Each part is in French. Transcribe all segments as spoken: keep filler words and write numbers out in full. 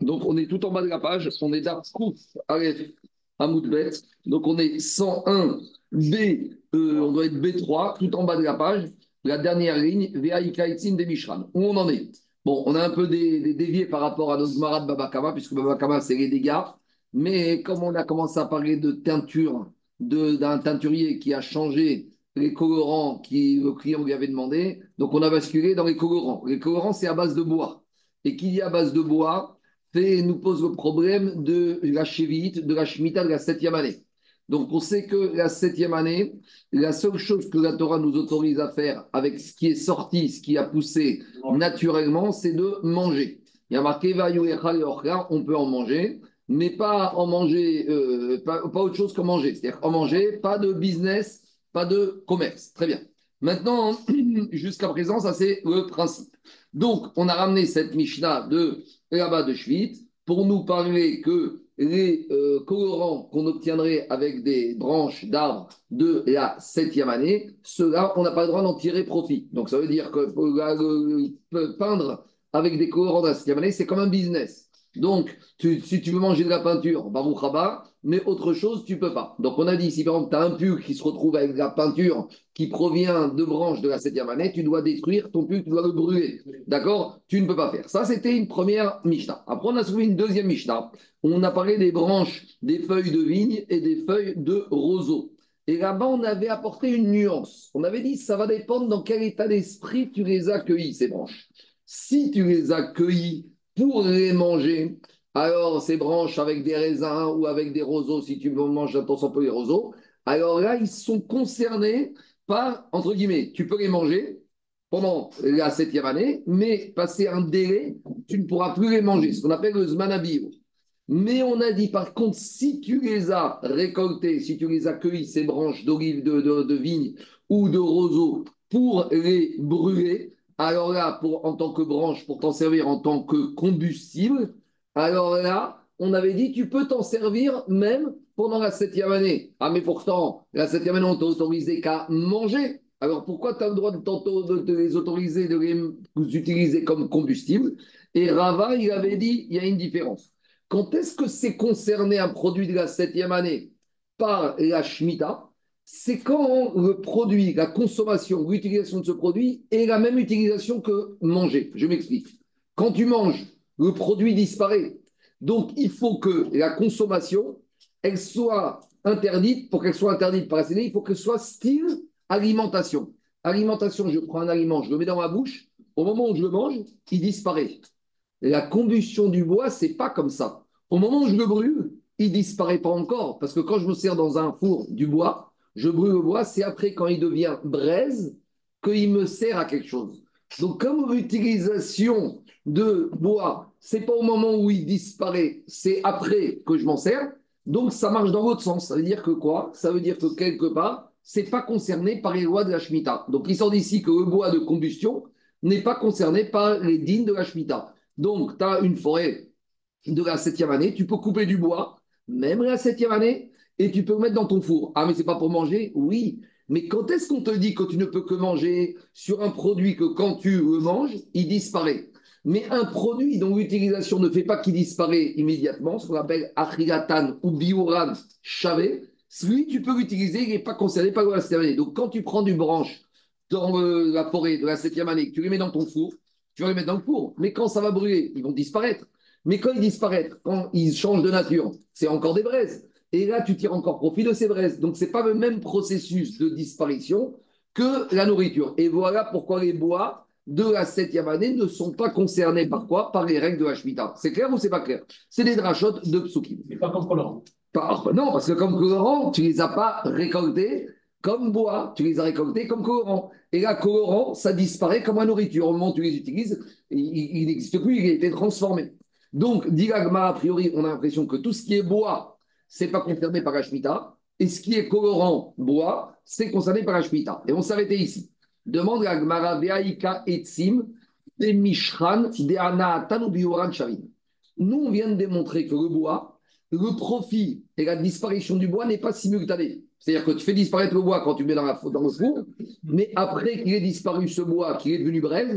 Donc, on est tout en bas de la page. On est d'Arskouf, Aleph, Hamoudbet. Donc, on est cent un B, euh, on doit être B trois, tout en bas de la page. La dernière ligne, Veaïkaïtsin de Mishran. Où on en est? Bon, on a un peu dé- dé- dévié par rapport à notre marade Babakama, puisque Babakama, c'est les dégâts. Mais comme on a commencé à parler de teinture, de- d'un teinturier qui a changé les colorants que le client lui avait demandé, donc on a basculé dans les colorants. Les colorants, c'est à base de bois. Et qu'il y a à base de bois, fait, nous pose le problème de la chévite, de la Shemitah de la septième année. Donc, on sait que la septième année, la seule chose que la Torah nous autorise à faire avec ce qui est sorti, ce qui a poussé naturellement, c'est de manger. Il y a marqué on peut en manger, mais pas en manger, euh, pas, pas autre chose qu'en manger. C'est-à-dire en manger, pas de business, pas de commerce. Très bien. Maintenant, jusqu'à présent, ça c'est le principe. Donc, on a ramené cette Mishnah de là-bas de Schwitt pour nous parler que les euh, colorants qu'on obtiendrait avec des branches d'arbres de la septième année, ceux-là, on n'a pas le droit d'en tirer profit. Donc, ça veut dire que euh, euh, peindre avec des colorants de la septième année, c'est comme un business. Donc, tu, si tu veux manger de la peinture, Baruch Haba, mais autre chose, tu peux pas. Donc, on a dit, si par exemple, tu as un pull qui se retrouve avec de la peinture qui provient de branches de la septième année, tu dois détruire ton pull, tu dois le brûler. D'accord? Tu ne peux pas faire. Ça, c'était une première Mishnah. Après, on a trouvé une deuxième Mishnah. On a parlé des branches, des feuilles de vigne et des feuilles de roseau. Et là-bas, on avait apporté une nuance. On avait dit, ça va dépendre dans quel état d'esprit tu les as cueillies, ces branches. Si tu les as cueillies pour les manger, alors ces branches avec des raisins ou avec des roseaux, si tu manges attention peu les roseaux, alors là, ils sont concernés par, entre guillemets, tu peux les manger pendant la septième année, mais passer un délai, tu ne pourras plus les manger, ce qu'on appelle le zmanabio. Mais on a dit, par contre, si tu les as récoltés, si tu les as cueillis, ces branches d'olive, de, de, de vigne ou de roseau, pour les brûler, alors là, pour, en tant que branche, pour t'en servir en tant que combustible, alors là, on avait dit, tu peux t'en servir même pendant la septième année. Ah, mais pourtant, la septième année, on t'a autorisé qu'à manger. Alors pourquoi tu as le droit de, de, de les autoriser, de les utiliser comme combustible? Et Rava, il avait dit, il y a une différence. Quand est-ce que c'est concerné un produit de la septième année par la Shemitah? C'est quand le produit, la consommation, l'utilisation de ce produit est la même utilisation que manger. Je m'explique. Quand tu manges, le produit disparaît. Donc, il faut que la consommation, elle soit interdite. Pour qu'elle soit interdite par la C N I, il faut qu'elle soit style alimentation. Alimentation, je prends un aliment, je le mets dans ma bouche. Au moment où je le mange, il disparaît. La combustion du bois, c'est pas comme ça. Au moment où je le brûle, il disparaît pas encore. Parce que quand je me sers dans un four du bois, je brûle le bois, c'est après quand il devient braise qu'il me sert à quelque chose. Donc, comme l'utilisation de bois, c'est pas au moment où il disparaît, c'est après que je m'en sers. Donc, ça marche dans l'autre sens. Ça veut dire que quoi? Ça veut dire que quelque part, c'est pas concerné par les lois de la Shemitah. Donc, il sort d'ici que le bois de combustion n'est pas concerné par les dînes de la Shemitah. Donc, tu as une forêt de la septième année, tu peux couper du bois, même la septième année, et tu peux le mettre dans ton four. Ah, mais c'est pas pour manger? Oui. Mais quand est-ce qu'on te dit que tu ne peux que manger sur un produit que quand tu le manges, il disparaît? Mais un produit dont l'utilisation ne fait pas qu'il disparaît immédiatement, ce qu'on appelle achilatan ou bioran chavé, celui, tu peux l'utiliser, il n'est pas concerné par la septième année. Donc, quand tu prends du branche dans euh, la forêt de la septième année, que tu les mets dans ton four, tu vas les mettre dans le four. Mais quand ça va brûler, ils vont disparaître. Mais quand ils disparaissent, quand ils changent de nature, c'est encore des braises. Et là, tu tires encore profit de ces braises. Donc, ce n'est pas le même processus de disparition que la nourriture. Et voilà pourquoi les bois de la septième année ne sont pas concernés par quoi? Par les règles de la Shemitah. C'est clair ou c'est pas clair? C'est des drachotes de psukim. Mais pas comme colorant. Par- non, parce que comme colorant, tu ne les as pas récoltés comme bois, tu les as récoltés comme colorant. Et là, colorant, ça disparaît comme la nourriture. Au moment où tu les utilises, il il n'existe plus, il a été transformé. Donc, dit l'Agma, a priori, on a l'impression que tout ce qui est bois, c'est pas concerné par la Shemitah. Et ce qui est colorant, bois, c'est concerné par la Shemitah. Et on s'arrêtait ici. Demande l'Agmara, Veaïka Etzim, de Mishran, de Anaatan ou Bioran Shavin. Nous, on vient de démontrer que le bois, le profit et la disparition du bois n'est pas simultané. C'est-à-dire que tu fais disparaître le bois quand tu le mets dans, la, dans le four, mais après qu'il ait disparu ce bois, qu'il est devenu braise,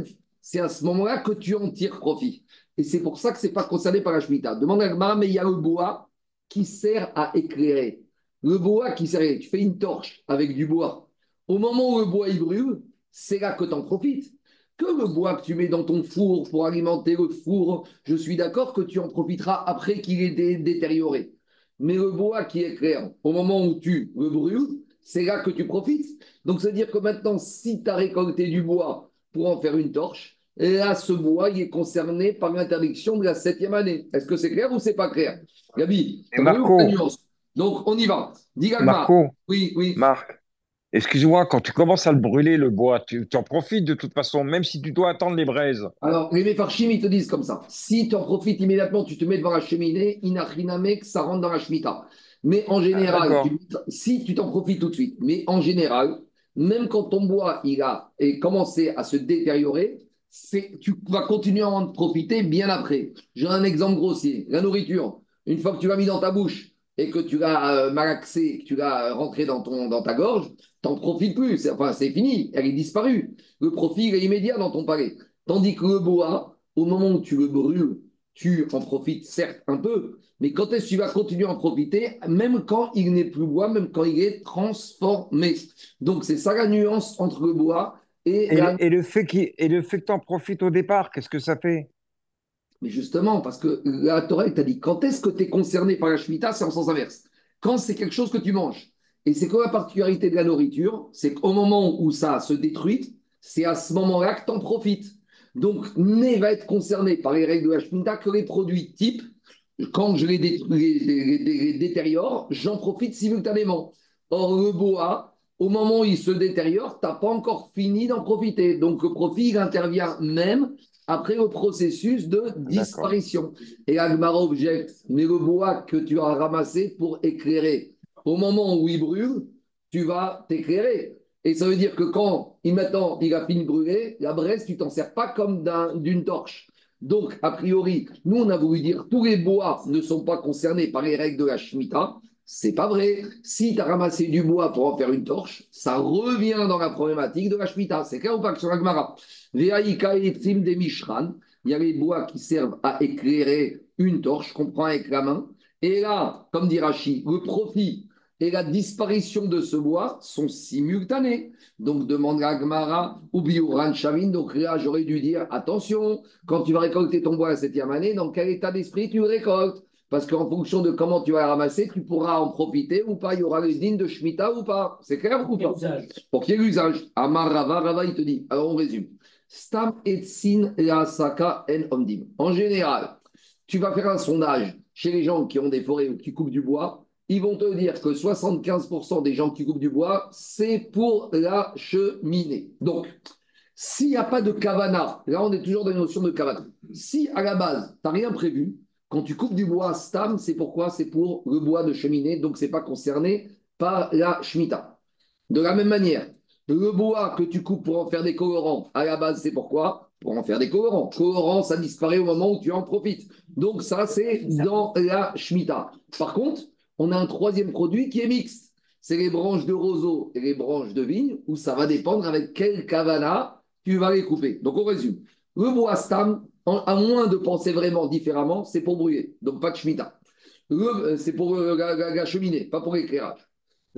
c'est à ce moment-là que tu en tires profit. Et c'est pour ça que ce n'est pas concerné par la Shemitah. Demande à Gmara, mais il y a le bois qui sert à éclairer. Le bois qui sert, tu fais une torche avec du bois. Au moment où le bois il brûle, c'est là que tu en profites. Que le bois que tu mets dans ton four pour alimenter le four, je suis d'accord que tu en profiteras après qu'il est dé- détérioré. Mais le bois qui est clair, au moment où tu le brûles, c'est là que tu profites. Donc, c'est-à-dire que maintenant, si tu as récolté du bois pour en faire une torche, là, ce bois, il est concerné par l'interdiction de la septième année. Est-ce que c'est clair ou c'est pas clair? Gabi, Et tu as vu la Marco, nuance? Donc, on y va. Dis Gagmar. Marco, Oui, oui. Marc, excuse-moi, quand tu commences à le brûler, le bois, tu, tu en profites de toute façon, même si tu dois attendre les braises. Alors, les méfarchim, ils te disent comme ça. Si tu en profites immédiatement, tu te mets devant la cheminée, inachinamek, ça rentre dans la shemitah. Mais en Ah, général, d'accord, tu- si tu t'en profites tout de suite, mais en général, même quand ton bois il a est commencé à se détériorer, c'est, tu vas continuer à en profiter bien après. J'ai un exemple grossier. La nourriture, une fois que tu l'as mis dans ta bouche et que tu l'as euh, malaxé, que tu l'as euh, rentré dans, ton, dans ta gorge, tu n'en profites plus. C'est, enfin, c'est fini, elle est disparue. Le profit il est immédiat dans ton palais. Tandis que le bois, au moment où tu le brûles, tu en profites certes un peu, mais quand est-ce que tu vas continuer à en profiter, même quand il n'est plus bois, même quand il est transformé. Donc c'est ça la nuance entre le bois et Et, la... le- et le fait qu'il, et le fait que tu en profites au départ, qu'est-ce que ça fait? Mais justement, parce que la Torah t'a dit, quand est-ce que tu es concerné par la Shemitah, c'est en sens inverse. Quand c'est quelque chose que tu manges. Et c'est quoi la particularité de la nourriture? C'est qu'au moment où ça se détruit, c'est à ce moment-là que tu en profites. Donc, né va être concerné par les règles de la Shemitah que les produits types, quand je les, dé- les- les- les- les détériore, j'en profite simultanément. Or, le bois, au moment où il se détériore, tu n'as pas encore fini d'en profiter. Donc, le profit, il intervient même après le processus de D'accord. disparition. Et Agmara objecte, mais le bois que tu as ramassé pour éclairer, au moment où il brûle, tu vas t'éclairer. Et ça veut dire que quand il, maintenant il a fini de brûler, la braise, tu t'en sers pas comme d'un- d'une torche. Donc, a priori, nous, on a voulu dire tous les bois ne sont pas concernés par les règles de la Shemitah. C'est pas vrai. Si tu as ramassé du bois pour en faire une torche, ça revient dans la problématique de la Shemitah. C'est clair ou pas que sur la Gemara? Veaïka et Tsim des Mishran, il y a les bois qui servent à éclairer une torche qu'on prend avec la main. Et là, comme dit Rachi, le profit et la disparition de ce bois sont simultanés. Donc, demande à Gmara ou Bioran Shavin. Donc là, j'aurais dû dire attention, quand tu vas récolter ton bois la septième année, dans quel état d'esprit tu le récoltes? Parce qu'en fonction de comment tu vas le ramasser, tu pourras en profiter ou pas. Il y aura les dignes de Shemitah ou pas. C'est clair ou pas? Pour qu'il y ait l'usage. Amar Rava, Rava, il te dit. Alors, on résume. Stam et sin la saka en omdim. En général, tu vas faire un sondage chez les gens qui ont des forêts ou qui coupent du bois. Ils vont te dire que soixante-quinze pour cent des gens qui coupent du bois, c'est pour la cheminée. Donc, s'il n'y a pas de kavana, là on est toujours dans la notion de kavana. Si à la base, tu n'as rien prévu, quand tu coupes du bois stam, c'est pourquoi? C'est pour le bois de cheminée, donc ce n'est pas concerné par la shemitah. De la même manière, le bois que tu coupes pour en faire des colorants, à la base, c'est pourquoi? Pour en faire des colorants. Colorants, ça disparaît au moment où tu en profites. Donc ça, c'est dans la shemitah. Par contre, on a un troisième produit qui est mixte. C'est les branches de roseau et les branches de vigne, où ça va dépendre avec quel kavana tu vas les couper. Donc on résume. Le bois stam, à moins de penser vraiment différemment, c'est pour brûler. Donc pas de shemitah. Le- C'est pour euh, la, la- la cheminée, pas pour l'éclairage.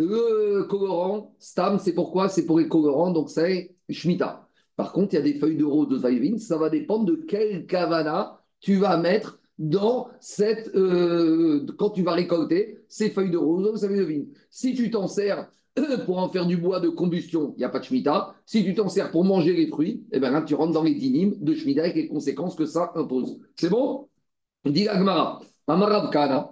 Le colorant, Stam, c'est pourquoi? C'est pour les colorants, donc c'est Shemitah. Par contre, il y a des feuilles de rose de Zaivin, ça va dépendre de quel kavana tu vas mettre dans cette. Euh, quand tu vas récolter ces feuilles de rose ou de Zaivin. Si tu t'en sers pour en faire du bois de combustion, il n'y a pas de Shemitah. Si tu t'en sers pour manger les fruits, eh ben là, tu rentres dans les dynimes de Shemitah avec les conséquences que ça impose. C'est bon? Dit Agmara. Amarab Kana.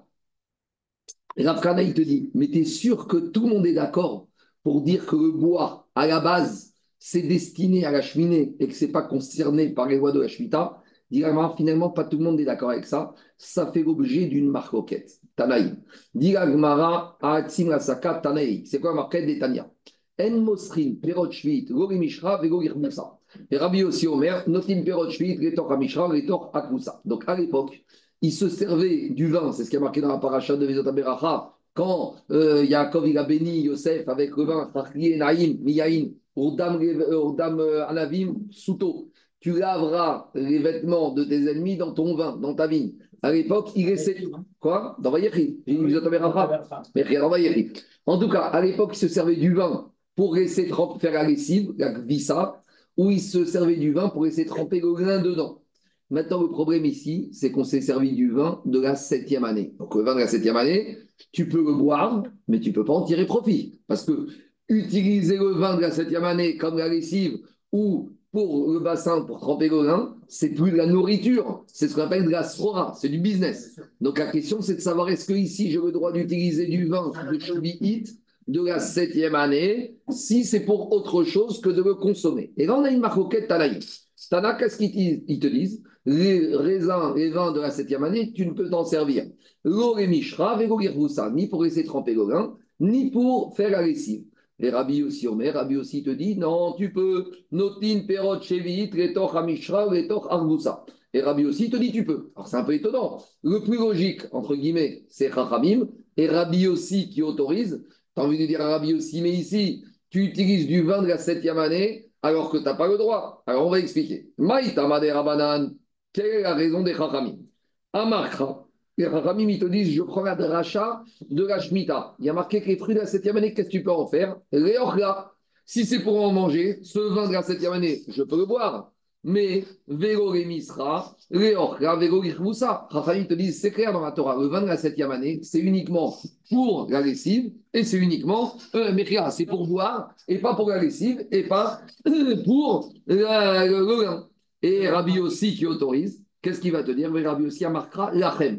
Rav Kana, il te dit, mais tu es sûr que tout le monde est d'accord pour dire que le bois, à la base, c'est destiné à la cheminée et que ce n'est pas concerné par les lois de la Shemitah? Dit Rav Kana, finalement, pas tout le monde est d'accord avec ça. Ça fait l'objet d'une marcoquette. Tanaï. Dit Gmara, Aatsim Lasaka, Tanaï. C'est quoi la marquette des Tania? En Mosrin, Perot Shvit, Gori Mishra, Vegori Khmoussa. Et Rabbi aussi Omer, Notim Perot Shvit, Retor Hamishra, Retor Akmoussa. Donc à l'époque, il se servait du vin, c'est ce qui est marqué dans la paracha de Vezot Beracha, quand euh, Yaakov il a béni Yosef avec le vin, Tachlié Naïm, Miyaïn, Urdam euh, Urdam, euh, Anavim, Souto. tu laveras les vêtements de tes ennemis dans ton vin, dans ta vigne. À l'époque, il laissait. Quoi? Dans Vayechi. J'ai dit, vous entendez Mais rien dans Vayechi. En tout cas, à l'époque, il se servait du vin pour laisser tremper, faire la lessive, la vissa, ou il se servait du vin pour laisser tremper le grain dedans. Maintenant, le problème ici, c'est qu'on s'est servi du vin de la septième année. Donc, le vin de la septième année, tu peux le boire, mais tu ne peux pas en tirer profit. Parce que utiliser le vin de la septième année comme la lessive ou pour le bassin, pour tremper le grain, c'est plus de la nourriture. C'est ce qu'on appelle de la srora, c'est du business. Donc, la question, c'est de savoir est-ce que ici, j'ai le droit d'utiliser du vin de Shvi'it de la septième année, si c'est pour autre chose que de le consommer. Et là, on a une marcoquette Tanaï. Tana, qu'est-ce qu'ils te disent? Les raisins, les vins de la septième année, tu ne peux t'en servir. L'eau et mishra, ni pour laisser tremper le grain, ni pour faire la lessive. Et Rabbi aussi, Omer, Rabbi aussi te dit, non, tu peux, notin, perot, chevit, retoch, amishra, retoch, arbusa. Et Rabbi aussi te dit, tu peux. Alors c'est un peu étonnant. Le plus logique, entre guillemets, c'est Chachamim, et Rabbi aussi qui autorise. Tu as envie de dire à Rabbi aussi, mais ici, tu utilises du vin de la septième année alors que tu n'as pas le droit. Alors on va expliquer. Maïtama de Rabanan, quelle est la raison des Chachamim? Amarkra. Les Chachamim, ils te disent, je prends la dracha de la Shemitah. Il y a marqué que les fruits de la septième année, qu'est-ce que tu peux en faire? Réorla. Si c'est pour en manger, ce vin de la septième année, je peux le boire. Mais vélo remisra, réorla, vélo richvoussa. Chachamim te disent, c'est clair dans la Torah, le vin de la septième année, c'est uniquement pour la lessive et c'est uniquement, euh, mais c'est pour boire et pas pour la lessive et pas euh, pour la, le, le vin. Et Rabbi aussi qui autorise, qu'est-ce qu'il va te dire? Mais Rabbi aussi marquera lachem.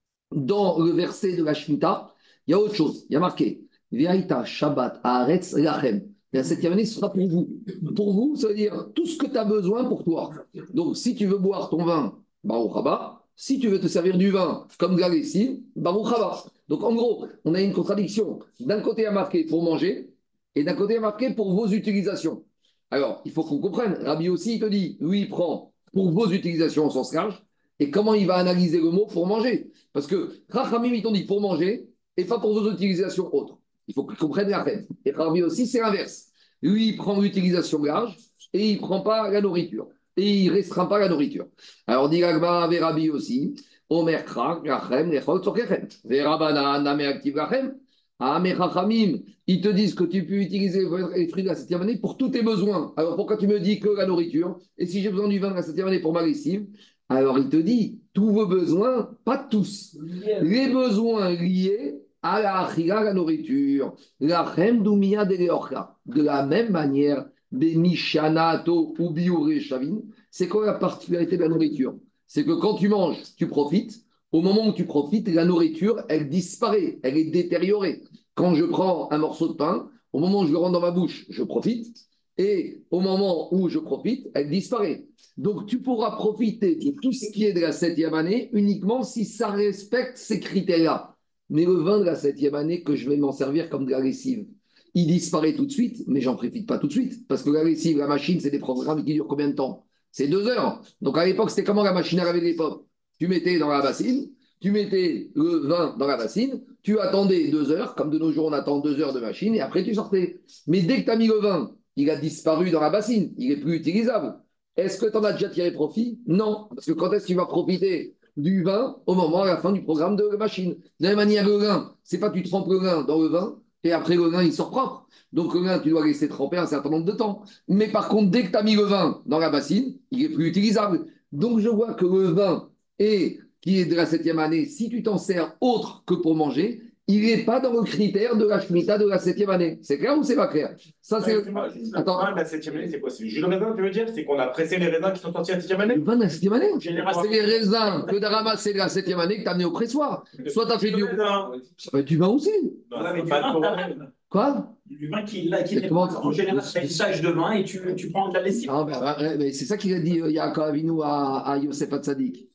Dans le verset de la Shemitah, il y a autre chose. Il y a marqué Viaita Shabbat Haaretz Lachem. La septième année, ce sera pour vous. Pour vous, ça veut dire tout ce que tu as besoin pour toi. Donc, si tu veux boire ton vin, Baruch Haba. Si tu veux te servir du vin comme de la lessive, Baruch Haba. Donc, en gros, on a une contradiction. D'un côté, il y a marqué pour manger, et d'un côté, il y a marqué pour vos utilisations. Alors, il faut qu'on comprenne. Rabbi aussi, il te dit, lui, il prend pour vos utilisations au sens large, et comment il va analyser le mot pour manger. Parce que Rachamim, ils t'ont dit pour manger, et pas pour vos utilisations autres. Il faut qu'ils comprennent la règle. Et Rabbi aussi, c'est l'inverse. Lui, il prend l'utilisation large, et il ne prend pas la nourriture. Et il ne restreint pas la nourriture. Alors, dit Gagba avec Rabbi aussi, Omer Krak, Lachem, Lechol, Tzorkechem. Verabana, Name Active Lachem. Ah, mais Chachamim, ils te disent que tu peux utiliser les fruits de la septième année pour tous tes besoins. Alors pourquoi tu me dis que la nourriture? Et si j'ai besoin du vin de la septième année pour ma lessive? Alors il te dit, tous vos besoins, pas tous. Les besoins liés à la achila, la nourriture. La chemdoumia de leorka. De la même manière, des mishanato ou biuré shavin. C'est quoi la particularité de la nourriture? C'est que quand tu manges, tu profites. Au moment où tu profites, la nourriture, elle disparaît, elle est détériorée. Quand je prends un morceau de pain, au moment où je le rentre dans ma bouche, je profite. Et au moment où je profite, elle disparaît. Donc tu pourras profiter de tout ce qui est de la septième année uniquement si ça respecte ces critères-là. Mais le vin de la septième année, que je vais m'en servir comme de la lessive, il disparaît tout de suite, mais j'en profite pas tout de suite. Parce que la lessive, la machine, c'est des programmes qui durent combien de temps? C'est deux heures. Donc à l'époque, c'était comment la machine à laver l'époque? Tu mettais dans la bassine, tu mettais le vin dans la bassine, tu attendais deux heures, comme de nos jours on attend deux heures de machine, et après tu sortais. Mais dès que tu as mis le vin, il a disparu dans la bassine, il n'est plus utilisable. Est-ce que tu en as déjà tiré profit? Non, parce que quand est-ce que tu vas profiter du vin? Au moment, à la fin du programme de la machine. De la même manière, le vin, c'est pas que tu trempes le vin dans le vin, et après le vin, il sort propre. Donc le vin, tu dois laisser tremper un certain nombre de temps. Mais par contre, dès que tu as mis le vin dans la bassine, il n'est plus utilisable. Donc je vois que le vin, et qui est de la septième année, si tu t'en sers autre que pour manger, il n'est pas dans le critère de la Shemitah de la septième année. C'est clair ou c'est pas clair? Ça, c'est. Le vin de la septième année, c'est quoi? C'est le jus de raisin, tu veux dire? C'est qu'on a pressé les raisins qui sont sortis à la septième année? Le vin de la septième année? Généralement. C'est les raisins que tu as ramassés de la septième année que tu as amené au pressoir. Soit tu as fait du. Ça peut être du vin aussi. Non, mais pas de problème. Quoi? Du vin qui, là, qui est Comment- en général, c'est une sage de vin et tu, tu prends de la lessive. Ah, ben, ben, ben, c'est ça qu'il a dit euh, Yaakov Avinu à, à Yosef Hatzadik.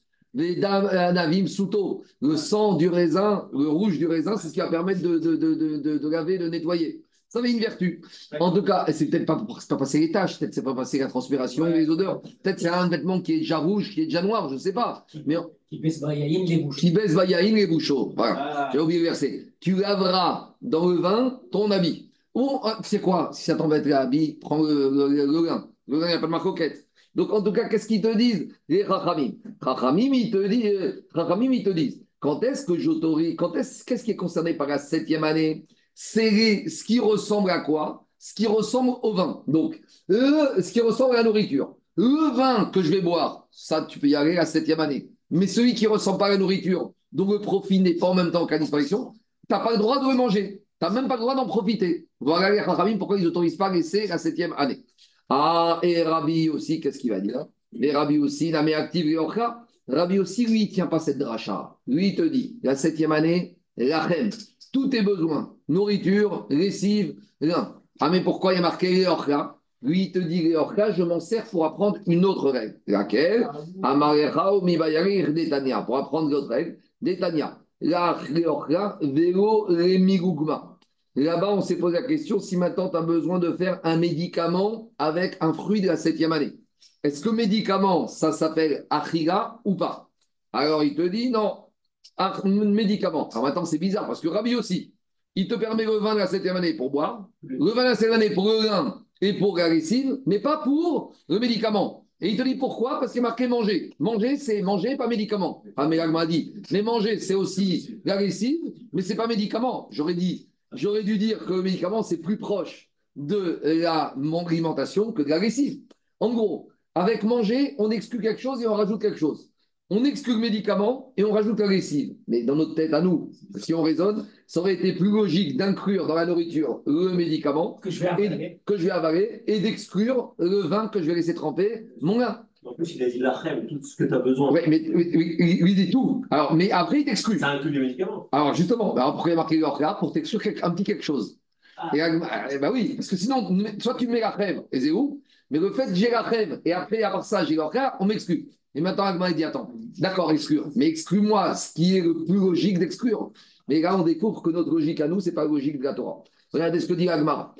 Navim Souto, le sang du raisin, le rouge du raisin, c'est ce qui va permettre de, de, de, de, de- de laver, de nettoyer. Ça avait une vertu. En tout cas, c'est peut-être pas, c'est pas passer les taches, peut-être c'est pas passer la transpiration et les odeurs. Peut-être c'est un vêtement qui est déjà rouge, qui est déjà noir, je ne sais pas. Mais Qui baisse Bayaïn les bouches. qui baisse vayaïn les bouchons. Voilà. Ah. J'ai oublié le verset. Tu laveras dans le vin ton habit. Ou, euh, tu sais quoi, si ça t'embête l'habit, prends le, le, le lin. Le lin, il n'y a pas de marque coquette. Donc, en tout cas, qu'est-ce qu'ils te disent, les Chachamim? Chachamim, ils te disent, euh, Chachamim, ils te disent, quand est-ce que j'autorise, quand est-ce, qu'est-ce qui est concerné par la septième année? C'est les- ce qui ressemble à quoi? Ce qui ressemble au vin. Donc, euh, ce qui ressemble à la nourriture. Le vin que je vais boire, ça, tu peux y aller la septième année. Mais celui qui ne ressemble pas à la nourriture, dont le profit n'est pas en même temps qu'à disparition, tu n'as pas le droit de le manger. Tu n'as même pas le droit d'en profiter. Voilà les Chachamim, pourquoi ils n'autorisent pas à laisser la septième année. Ah, et Rabbi aussi, qu'est-ce qu'il va dire? Et Rabbi aussi, la mais active et Orcha. Rabbi aussi, lui, il ne tient pas cette dracha. Lui, il te dit, la septième année, lachem, tous tes besoins, nourriture, lessive, rien. Ah, mais pourquoi il y a marqué les Orcha? Lui, il te dit, les Orcha, je m'en sers pour apprendre une autre règle. Laquelle? Amarecha ou mibayarir d'Etania. Pour apprendre l'autre règle, d'Etania. La les Orcha, vélo, les migugma. Là-bas, on s'est posé la question si maintenant tu as besoin de faire un médicament avec un fruit de la septième année. Est-ce que médicament, ça s'appelle achila ou pas? Alors il te dit non, ach- médicament. Alors maintenant, c'est bizarre parce que Rabbi aussi, il te permet le vin de la septième année pour boire, le vin de la septième année pour le vin et pour la lessive, mais pas pour le médicament. Et il te dit pourquoi? Parce qu'il est marqué manger. Manger, c'est manger, pas médicament. Ah, mais là, il m'a dit, mais manger, c'est aussi la lessive, mais c'est pas médicament. J'aurais dit. J'aurais dû dire que le médicament, c'est plus proche de la alimentation que de la lessive. En gros, avec manger, on exclut quelque chose et on rajoute quelque chose. On exclut le médicament et on rajoute la lessive. Mais dans notre tête, à nous, si on raisonne, ça aurait été plus logique d'inclure dans la nourriture le médicament Que je vais et- avaler. que je vais avaler et d'exclure le vin que je vais laisser tremper, mon gars. En plus, il a dit la crème, tout ce que tu as besoin. Oui, mais mais- mais- il il dit tout. Alors, mais après, il t'exclut. Ça inclut les médicaments. Alors justement, bah, après il y a marqué le hors pour t'exclure quelque- un petit quelque chose. Ah. Et, euh, eh ben oui, parce que sinon, soit tu mets la crème, et c'est où? Mais le fait que j'ai la crème, et après, à part ça, j'ai l'hors on m'exclut. Et maintenant, Agma, il dit, attends, d'accord, exclure, mais exclue-moi ce qui est le plus logique d'exclure. Mais là, on découvre que notre logique à nous, c'est pas la logique de la Torah. Regardez ce que dit Agma.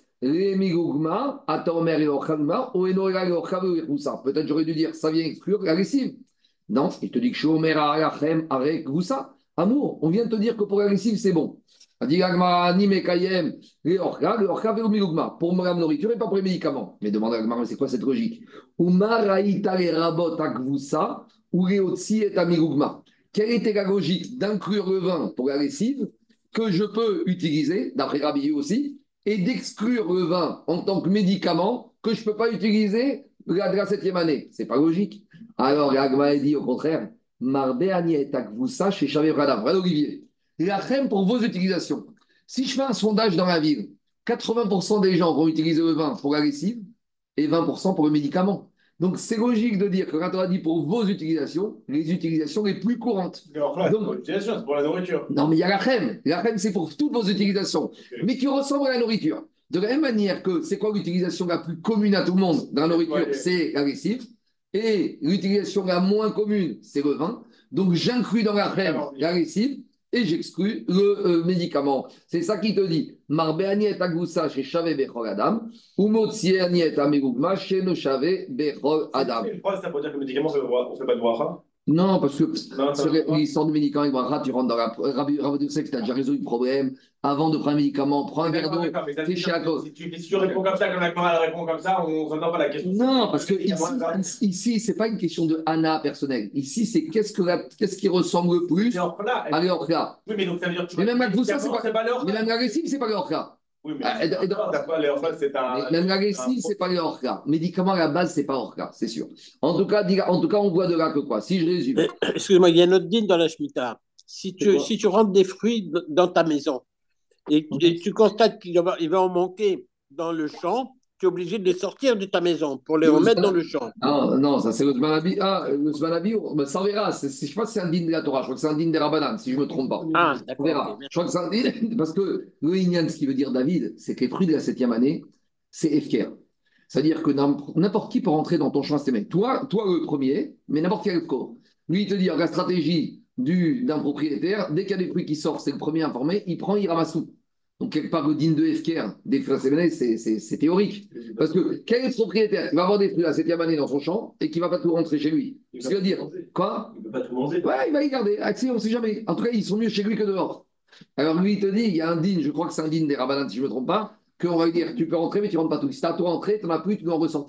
Peut-être j'aurais dû dire, ça vient exclure la lessive. Non, il te dit que Shomer Arachem avec Goussa. Amour, on vient de te dire que pour la lessive, c'est bon. Dit Agma, ni Mekayem, les Orcha, le Orcha veut Milugma, pour la nourriture et pas pour les médicaments. Mais demande à Agma, c'est quoi cette logique? Umaraïta les rabot akvusa, ou les otsi et amilugma. Quelle était la logique d'inclure le vin pour la lessive que je peux utiliser, d'après Rabbi aussi, et d'exclure le vin en tant que médicament que je ne peux pas utiliser la, de la septième année? C'est pas logique. Alors, Agma dit au contraire, Marbe Aniet Akvusa chez Chavé Radam. Voilà, Olivier. La crème pour vos utilisations. Si je fais un sondage dans la ville, quatre-vingts pour cent des gens vont utiliser le vin pour la lessive et vingt pour cent pour le médicament. Donc, c'est logique de dire que quand on a dit pour vos utilisations, les utilisations les plus courantes. Alors là, c'est Donc- pour l'utilisation, c'est pour la nourriture. Non, mais il y a la crème. La crème, c'est pour toutes vos utilisations, mais qui ressemble à la nourriture. De la même manière que c'est quoi l'utilisation la plus commune à tout le monde dans la nourriture? Ouais. C'est la lessive. Et l'utilisation la moins commune, c'est le vin. Donc, j'inclus dans la crème Alors, la lessive et j'exclus le euh, médicament. C'est ça qui te dit. Marbe aniet agoussa chez Chavé Bechol Adam, ou motsie aniet amegugma chez no Chavé Bechol Adam. Une phrase, ça peut dire que le médicament, on ne fait pas de bracha. Non, parce que Non, c'est non, non. l'histoire du médicament avec Bracha, tu rentres dans la. Rabbi Rabbi sait que tu as déjà résolu le problème. Avant de prendre un médicament, prends un verre D'accord, d'eau, d'accord, mais ça veut fais dire chez la que cause. Si tu, si tu réponds comme ça, comme la Gemara elle répond comme ça, on ne s'entend pas la question. Non, parce que Il y a moins de ça. ici, ici c'est pas une question de Anna personnelle. Ici, c'est qu'est-ce, que la- qu'est-ce qui ressemble le plus Et alors là, à l'orca. oui, mais donc ça veut dire que tu Mais vas- même avec vous, ça, c'est pas- c'est pas l'heure. Mais même la lessive, c'est pas l'orca. Oui, mais Ah, et- et- t'as pas l'heure, ça, c'est un. Même la lessive, c'est pas l'orca. Médicament à la base, c'est pas l'orca, c'est sûr. En tout cas, dis- en tout cas, on voit de là que quoi. Si je résume. Euh, Excuse-moi, il y a un autre dîne dans la Shemitah. Si C'est tu, quoi si tu rentres des fruits d- dans ta maison et, et tu constates qu'il va, il va en manquer dans le champ, tu es obligé de les sortir de ta maison pour les Le remettre Zman- dans le champ. Non, non, ça c'est le Zmanabi. Ah, le Zmanabi, ben, ça on verra. C'est- c'est- je ne sais pas si c'est un digne de la Torah. Je crois que c'est un digne des Rabbanan, si je ne me trompe pas. Ah, On d'accord. verra. ok, Je crois que c'est un digne, parce que le Inyan, ce qui veut dire David, c'est que les fruits de la septième année, c'est Efker. C'est-à-dire que n'im- n'importe qui peut rentrer dans ton champ septième. Toi, toi le premier, mais n'importe quel corps. Lui, il te dit, la stratégie du, d'un propriétaire, dès qu'il y a des fruits qui sortent, c'est le premier informé, il prend, il ramasse tout. Donc, quelque part, le digne de Efker, des fruits de la septième année, c'est, c'est, c'est théorique. Parce que quel est le propriétaire qui va avoir des fruits la septième année dans son champ et qui ne va pas tout rentrer chez lui? Ce qui veut dire, quoi? Il ne peut pas tout manger. Ouais, il va y garder. Accès, on ne sait jamais. En tout cas, ils sont mieux chez lui que dehors. Alors lui, il te dit, il y a un digne, je crois que c'est un digne des Rabbanan, si je ne me trompe pas, qu'on va lui dire, tu peux rentrer, mais tu ne rentres pas tout. Si tu as tout rentré, tu n'en as plus, tu dois en ressortir.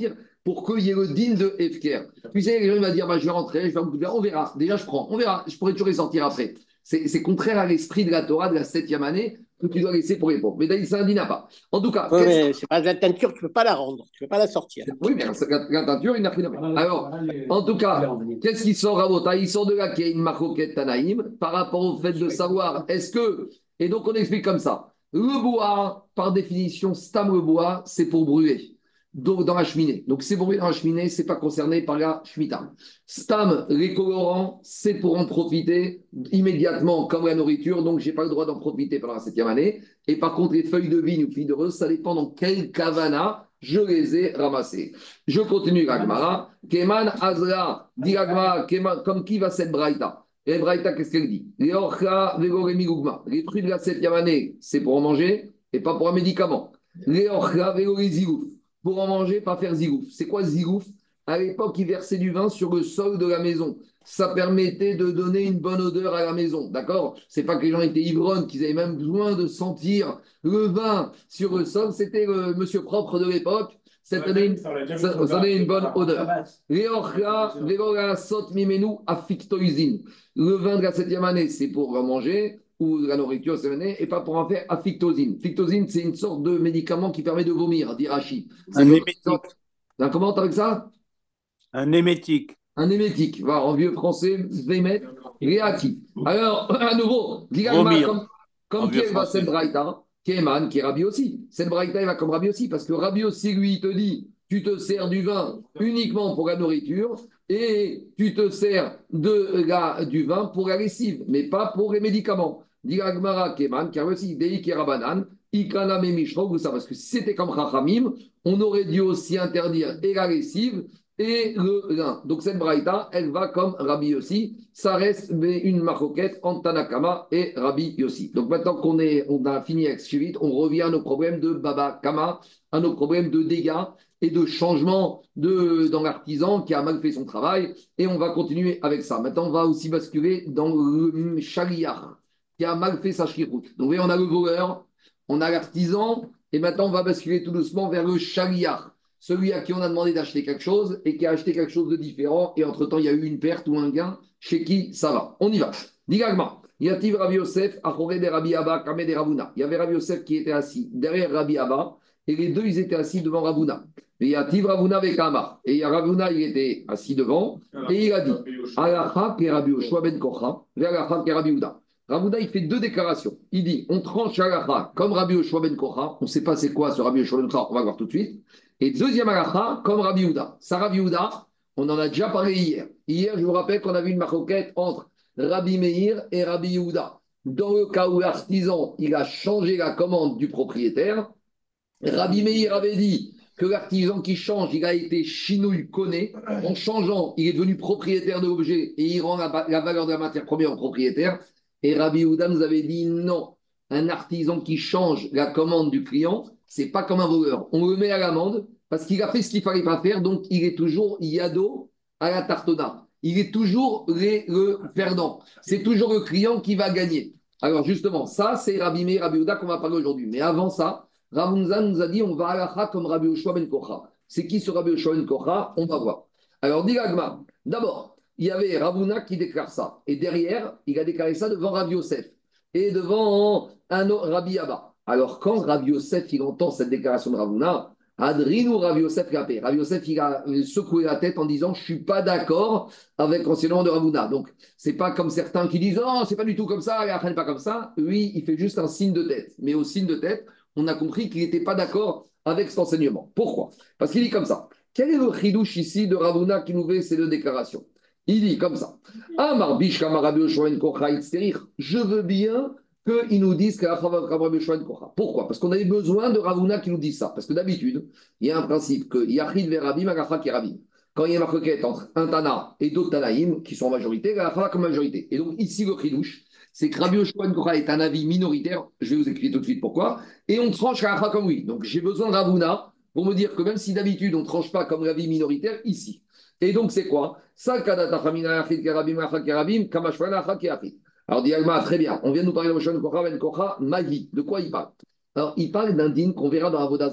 pour qu'il y ait le din de Efker. Puis les gens vont dire bah, je vais rentrer, je vais en on verra. Déjà, je prends, on verra, je pourrai toujours les sortir après. C'est, c'est contraire à l'esprit de la Torah de la septième année que tu dois laisser pour les pauvres. Mais Daïd Saindi n'a pas. En tout cas, Oui, mais c'est pas de la teinture, tu ne peux pas la rendre, tu ne peux pas la sortir. oui, mais la, la teinture, il n'a pris Alors, en tout cas, qu'est-ce qui sort à Bota? Il sort de là qu'il y a une maroquette Tanaïm par rapport au fait de savoir est-ce que. Et donc, on explique comme ça. Le bois, par définition, stam le bois, c'est pour brûler. Donc, dans la cheminée. Donc, c'est pour brûler dans la cheminée, ce n'est pas concerné par la Shemitah. Stam, les colorants, c'est pour en profiter immédiatement comme la nourriture. Donc, je n'ai pas le droit d'en profiter pendant la septième année. Et par contre, les feuilles de vigne ou feuilles de rose, ça dépend dans quel kavana je les ai ramassées. Je continue l'Agmara. Keman Azra, dit l'Agmara, comme qui va cette braïta? Et braïta, qu'est-ce qu'elle dit? Les orcha, les fruits de la septième année, c'est pour en manger et pas pour un médicament. Les orcha, les zigouf, pour en manger, pas faire zigouf. C'est quoi zigouf? À l'époque, ils versaient du vin sur le sol de la maison. Ça permettait de donner une bonne odeur à la maison, d'accord? C'est pas que les gens étaient ivrognes, qu'ils avaient même besoin de sentir le vin sur le sol. C'était le monsieur propre de l'époque. Ça donnait une, ça, ça donnait une bonne odeur. Le vin de la septième année, c'est pour manger ou de la nourriture, c'est année, et pas pour en faire affictosine. Fictosine, c'est une sorte de médicament qui permet de vomir, dit Rachid. Un émétique. Un comment avec ça? Un émétique. Un émétique, voilà, en vieux français, Vémet, réactif. Alors, à nouveau, Vomir. comme, comme qui va cette braïta, Kéman, qui est Rabbi aussi. Cette braïta, il va comme Rabbi aussi, parce que Rabbi aussi, lui, il te dit, tu te sers du vin uniquement pour la nourriture et tu te sers de la, du vin pour la lessive, mais pas pour les médicaments. Dit Agmara Kéman, qui a aussi Dei Kerabanan, Ikana Memishro, vous savez, parce que si c'était comme Chachamim, on aurait dû aussi interdire et la lessive et le lin. Donc cette braïta, elle va comme Rabbi Yossi. Ça reste une maroquette entre Tanakama et Rabbi Yossi. Donc maintenant qu'on est, on a fini avec Shivit, on revient à nos problèmes de Baba Kama, à nos problèmes de dégâts et de changement de, dans l'artisan qui a mal fait son travail. Et on va continuer avec ça. Maintenant, on va aussi basculer dans le Shaliar qui a mal fait sa chiroute. Donc vous voyez, on a le voleur, on a l'artisan, et maintenant on va basculer tout doucement vers le Shaliar. Celui à qui on a demandé d'acheter quelque chose et qui a acheté quelque chose de différent, et entre-temps, il y a eu une perte ou un gain, chez qui ça va. On y va. Digagma. Yativ Rabbi Yosef, Achore de Rabbi Abba, Kame de Ravuna. Il y avait Rabbi Yosef qui était assis derrière Rabbi Abba, et les deux, ils étaient assis devant Ravuna. Et Yativ Ravuna avec Amar. Et Ravuna, il était assis devant, et il a dit Alacha ke Rabbi Yoshua ben Kocha, ve Alacha ke Rabbi Uda. Ravuna, il fait deux déclarations. Il dit on tranche Alacha comme Rabbi Yoshua ben Kocha. On ne sait pas c'est quoi ce Rabbi Yoshua ben Kocha, on va voir tout de suite. Et deuxième halakha, comme Rabbi Houda. Ça, Rabbi Houda, on en a déjà parlé hier. Hier, je vous rappelle qu'on a vu une maroquette entre Rabbi Meir et Rabbi Houda. Dans le cas où l'artisan, il a changé la commande du propriétaire, Rabbi Meir avait dit que l'artisan qui change, il a été chinouille conné. En changeant, il est devenu propriétaire de l'objet et il rend la, la valeur de la matière première au propriétaire. Et Rabbi Houda nous avait dit non. Un artisan qui change la commande du client, c'est pas comme un voleur. On le met à l'amende parce qu'il a fait ce qu'il fallait pas faire, donc il est toujours yado à la tartona. Il est toujours les, le perdant. C'est toujours le client qui va gagner. Alors justement, ça c'est Rabbi Meir, Rabbi Houda qu'on va parler aujourd'hui. Mais avant ça, Ravunza nous a dit on va à l'Acha comme Rabbi Yoshua ben Kocha. C'est qui ce Rabbi Yoshua ben Kocha? On va voir. Alors dit l'Agma, d'abord, il y avait Ravuna qui déclare ça. Et derrière, il a déclaré ça devant Rabbi Yosef et devant un autre Rabbi Abba. Alors, quand Rabbi Yosef, il entend cette déclaration de Ravuna, Adrinou Rabbi Yosef Kapé. Rabbi Yosef, il a secoué la tête en disant « Je ne suis pas d'accord avec l'enseignement de Ravuna ». Donc, ce n'est pas comme certains qui disent « Oh, c'est pas du tout comme ça, il n'est pas comme ça ». Lui, il fait juste un signe de tête. Mais au signe de tête, on a compris qu'il n'était pas d'accord avec cet enseignement. Pourquoi? Parce qu'il dit comme ça. Quel est le chidouche ici de Ravuna qui nous fait ces deux déclarations? Il dit comme ça « Amar bish kamar Rabbi Yoshua ben Kocha itzterich » Je veux bien qu'ils nous disent que Rabbi Yoshua ben Kocha. Pourquoi? Parce qu'on avait besoin de Ravuna qui nous dise ça. Parce que d'habitude, il y a un principe que Yachid verabim agacha kerabim. Quand il y a une marquette entre un Tana et d'autres Tanaïm qui sont en majorité, la Rafa comme majorité. Et donc ici, le chidouche, c'est que Rabbi Yoshua ben Kocha est un avis minoritaire. Je vais vous expliquer tout de suite pourquoi. Et on tranche la Rafa comme oui. Donc j'ai besoin de Ravuna pour me dire que même si d'habitude on ne tranche pas comme l'avis minoritaire, ici. Et donc c'est quoi? Alors, Diagma, très bien. On vient de nous parler de Moshe Ben Kocha, Ben Kocha, Magi. De quoi il parle? Alors, il parle d'un dîne qu'on verra dans Avodah Zarah.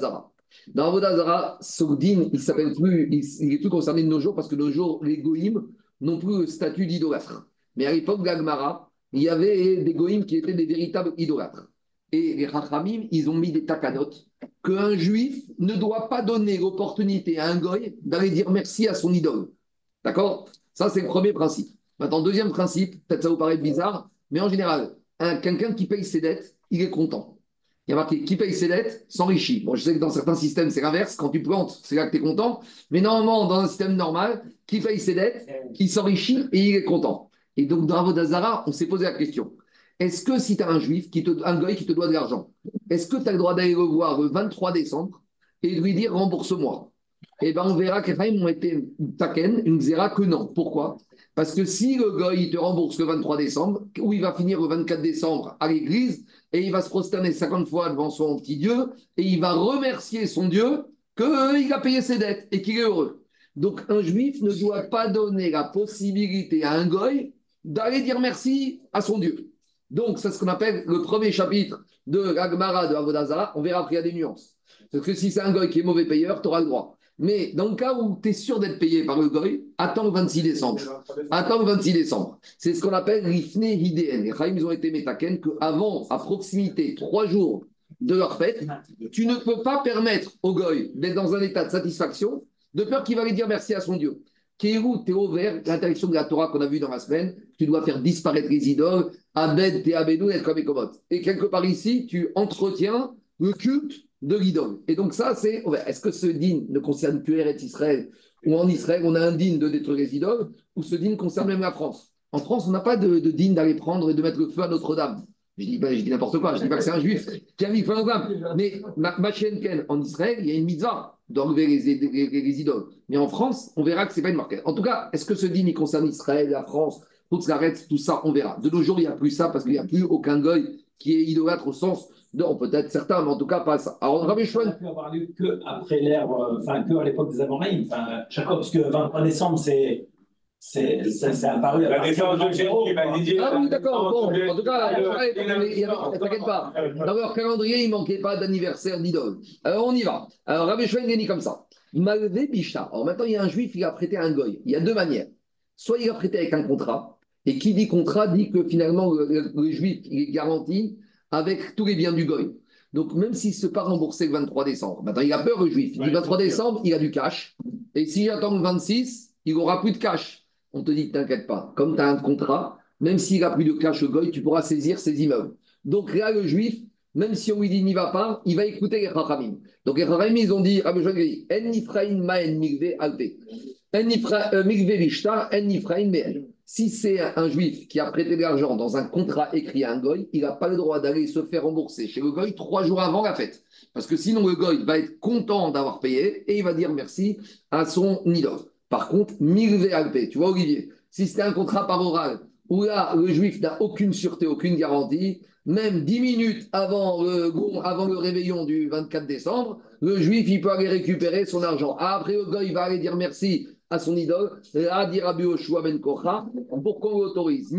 Dans Avodah Zarah, Sogdin, il s'appelle plus, il, il est plus concerné de nos jours parce que de nos jours, les goïms n'ont plus le statut d'idolâtre. Mais à l'époque de l'Agmara, il y avait des goïms qui étaient des véritables idolâtres. Et les Rachamim, ils ont mis des takanot qu'un juif ne doit pas donner l'opportunité à un goï d'aller dire merci à son idole. D'accord? Ça, c'est le premier principe. Maintenant, deuxième principe, peut-être ça vous paraît bizarre, mais en général, un, quelqu'un qui paye ses dettes, il est content. Il y a marqué qui paye ses dettes s'enrichit. Bon, je sais que dans certains systèmes, c'est l'inverse. Quand tu plantes, c'est là que tu es content. Mais normalement, dans un système normal, qui paye ses dettes, il s'enrichit et il est content. Et donc, dans Avodah Zarah, on s'est posé la question. Est-ce que si tu as un juif, qui te, un goy qui te doit de l'argent, est-ce que tu as le droit d'aller le voir le vingt-trois décembre et de lui dire rembourse-moi? Eh bien, on verra que ont été taken, une zéra que non. Pourquoi? Parce que si le goy il te rembourse le vingt-trois décembre, ou il va finir le vingt-quatre décembre à l'église, et il va se prosterner cinquante fois devant son petit Dieu, et il va remercier son Dieu qu'il a payé ses dettes et qu'il est heureux. Donc, un juif ne doit pas donner la possibilité à un goy d'aller dire merci à son Dieu. Donc, c'est ce qu'on appelle le premier chapitre de la Gemara de Avodah Zarah. On verra après, il y a des nuances. Parce que si c'est un goy qui est mauvais payeur, tu auras le droit. Mais dans le cas où tu es sûr d'être payé par le goy, attends le vingt-six décembre. Attends le vingt-six décembre. C'est ce qu'on appelle l'ifne hidéen. Les Chaim, ils ont été métaken qu'avant, à proximité, trois jours de leur fête, tu ne peux pas permettre au goy d'être dans un état de satisfaction, de peur qu'il va aller dire merci à son Dieu. Kéhou, Théo vert, l'interdiction de la Torah qu'on a vue dans la semaine, tu dois faire disparaître les idoles, Abed, Théabedou, être comme Ekomot. Et quelque part ici, tu entretiens le culte de l'idole. Et donc ça, c'est ouvert. Est-ce que ce din ne concerne que Eretz Israël, ou en Israël, on a un din de détruire les idoles, ou ce din concerne même la France? En France, on n'a pas de, de din d'aller prendre et de mettre le feu à Notre-Dame. Je dis, ben, je dis n'importe quoi, je dis pas que c'est un juif qui a mis le feu à Notre-Dame. Mais Machenken, en Israël, il y a une mitzvah d'enlever les, les, les, les idoles. Mais en France, on verra que ce n'est pas une marque. En tout cas, est-ce que ce din, il concerne Israël, la France, Hutzlaretz, tout ça, on verra. De nos jours, il n'y a plus ça parce qu'il n'y a plus aucun goy qui est idolâtre au sens de, peut-être certains, mais en tout cas pas ça. Alors, Rabbi Shmuel. Ça ne peut avoir lieu qu'après l'ère, enfin, qu'à l'époque des Amoraïm, enfin, Jacob, parce que vingt-trois décembre, c'est. C'est apparu. La naissance de Jésus qui m'a dit. Ah oui, d'accord. Bon, en tout cas, t'inquiète pas. Dans leur calendrier, il ne manquait pas d'anniversaire d'idole. Alors, on y va. Alors, Rabbi Shmuel dit comme ça. Malvé Bishta. Alors, maintenant, il y a un juif, il a prêté un goy. Il y a deux manières. Soit il a prêté avec un contrat, et qui dit contrat dit que finalement, le, le, le juif, il est garanti avec tous les biens du goy. Donc, même s'il ne se pas remboursé le vingt-trois décembre, maintenant, il a peur, le juif. Il dit vingt-trois décembre, il a du cash. Et s'il attend le vingt-six, il n'aura plus de cash. On te dit, t'inquiète pas, comme tu as un contrat, même s'il n'a plus de cash au goy, tu pourras saisir ses immeubles. Donc là, le juif, même si on lui dit n'y va pas, il va écouter les Chachamim. Donc les Chachamim, ils ont dit, Rabbi Shmuel, En Nifraïn Maen Migve Alpe. En Migve Lishtar, En Nifraïn Meen. Si c'est un juif qui a prêté de l'argent dans un contrat écrit à un goy, il n'a pas le droit d'aller se faire rembourser chez le goy trois jours avant la fête. Parce que sinon, le goy va être content d'avoir payé et il va dire merci à son idole. Par contre, Migve Alpe, tu vois Olivier, si c'était un contrat par oral, où là, le juif n'a aucune sûreté, aucune garantie, même dix minutes avant le, avant le réveillon du vingt-quatre décembre, le juif, il peut aller récupérer son argent. Après, le gars, il va aller dire merci à son idole, là, dire Rabbi Yoshua ben Kocha, pour qu'on l'autorise.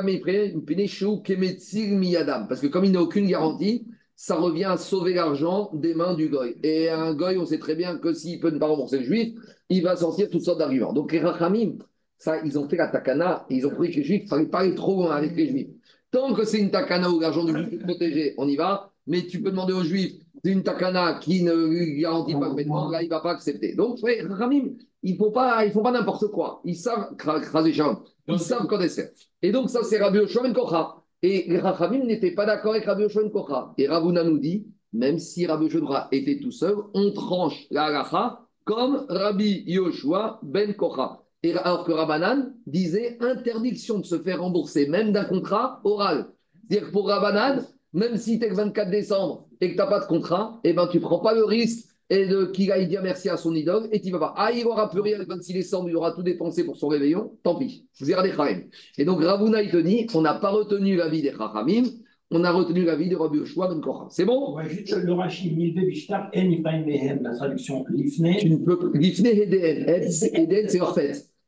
Parce que comme il n'a aucune garantie, ça revient à sauver l'argent des mains du goy. Et un goy, on sait très bien que s'il peut ne pas rembourser le juif, il va sortir toutes sortes d'arguments. Donc les Rachamim, ça, ils ont fait la takana, et ils ont pris que les juifs, il ne fallait pas aller trop loin avec les juifs. Tant que c'est une takana où l'argent du juif est protégé, on y va, mais tu peux demander aux juifs, c'est une takana qui ne lui garantit pas complètement, là, il ne va pas accepter. Donc, les Rachamim, ils ne font pas n'importe quoi. Ils savent, ils savent quand est-ce faire. Et donc, ça, c'est Rabbi Yoshua ben Kocha. Et les Rachamim n'étaient pas d'accord avec Rabbi Yoshua ben Kocha. Et Ravuna nous dit, même si Rabbi Yoshua était tout seul, on tranche la halacha comme Rabbi Yoshua ben Kocha. Et alors que Rabbanan disait interdiction de se faire rembourser, même d'un contrat oral. C'est-à-dire que pour Rabbanan, même si tu es le vingt-quatre décembre et que tu n'as pas de contrat, eh ben, tu ne prends pas le risque et de, qu'il aille dire merci à son idole et tu ne vas pas. Ah, il aura plus rien le vingt-six décembre, il aura tout dépensé pour son réveillon, tant pis. Vous irez des Chachamim. Et donc Ravuna, il te dit, on n'a pas retenu l'avis des Chachamim, on a retenu l'avis de Rabbi Yoshua ben Kocha. C'est bon? Ouais, juste le Rashi, Milve Bishtar, En Ifraim Mehem, la traduction Lifne. Tu ne peux Lifne Heden. Heden, c'est leur fête.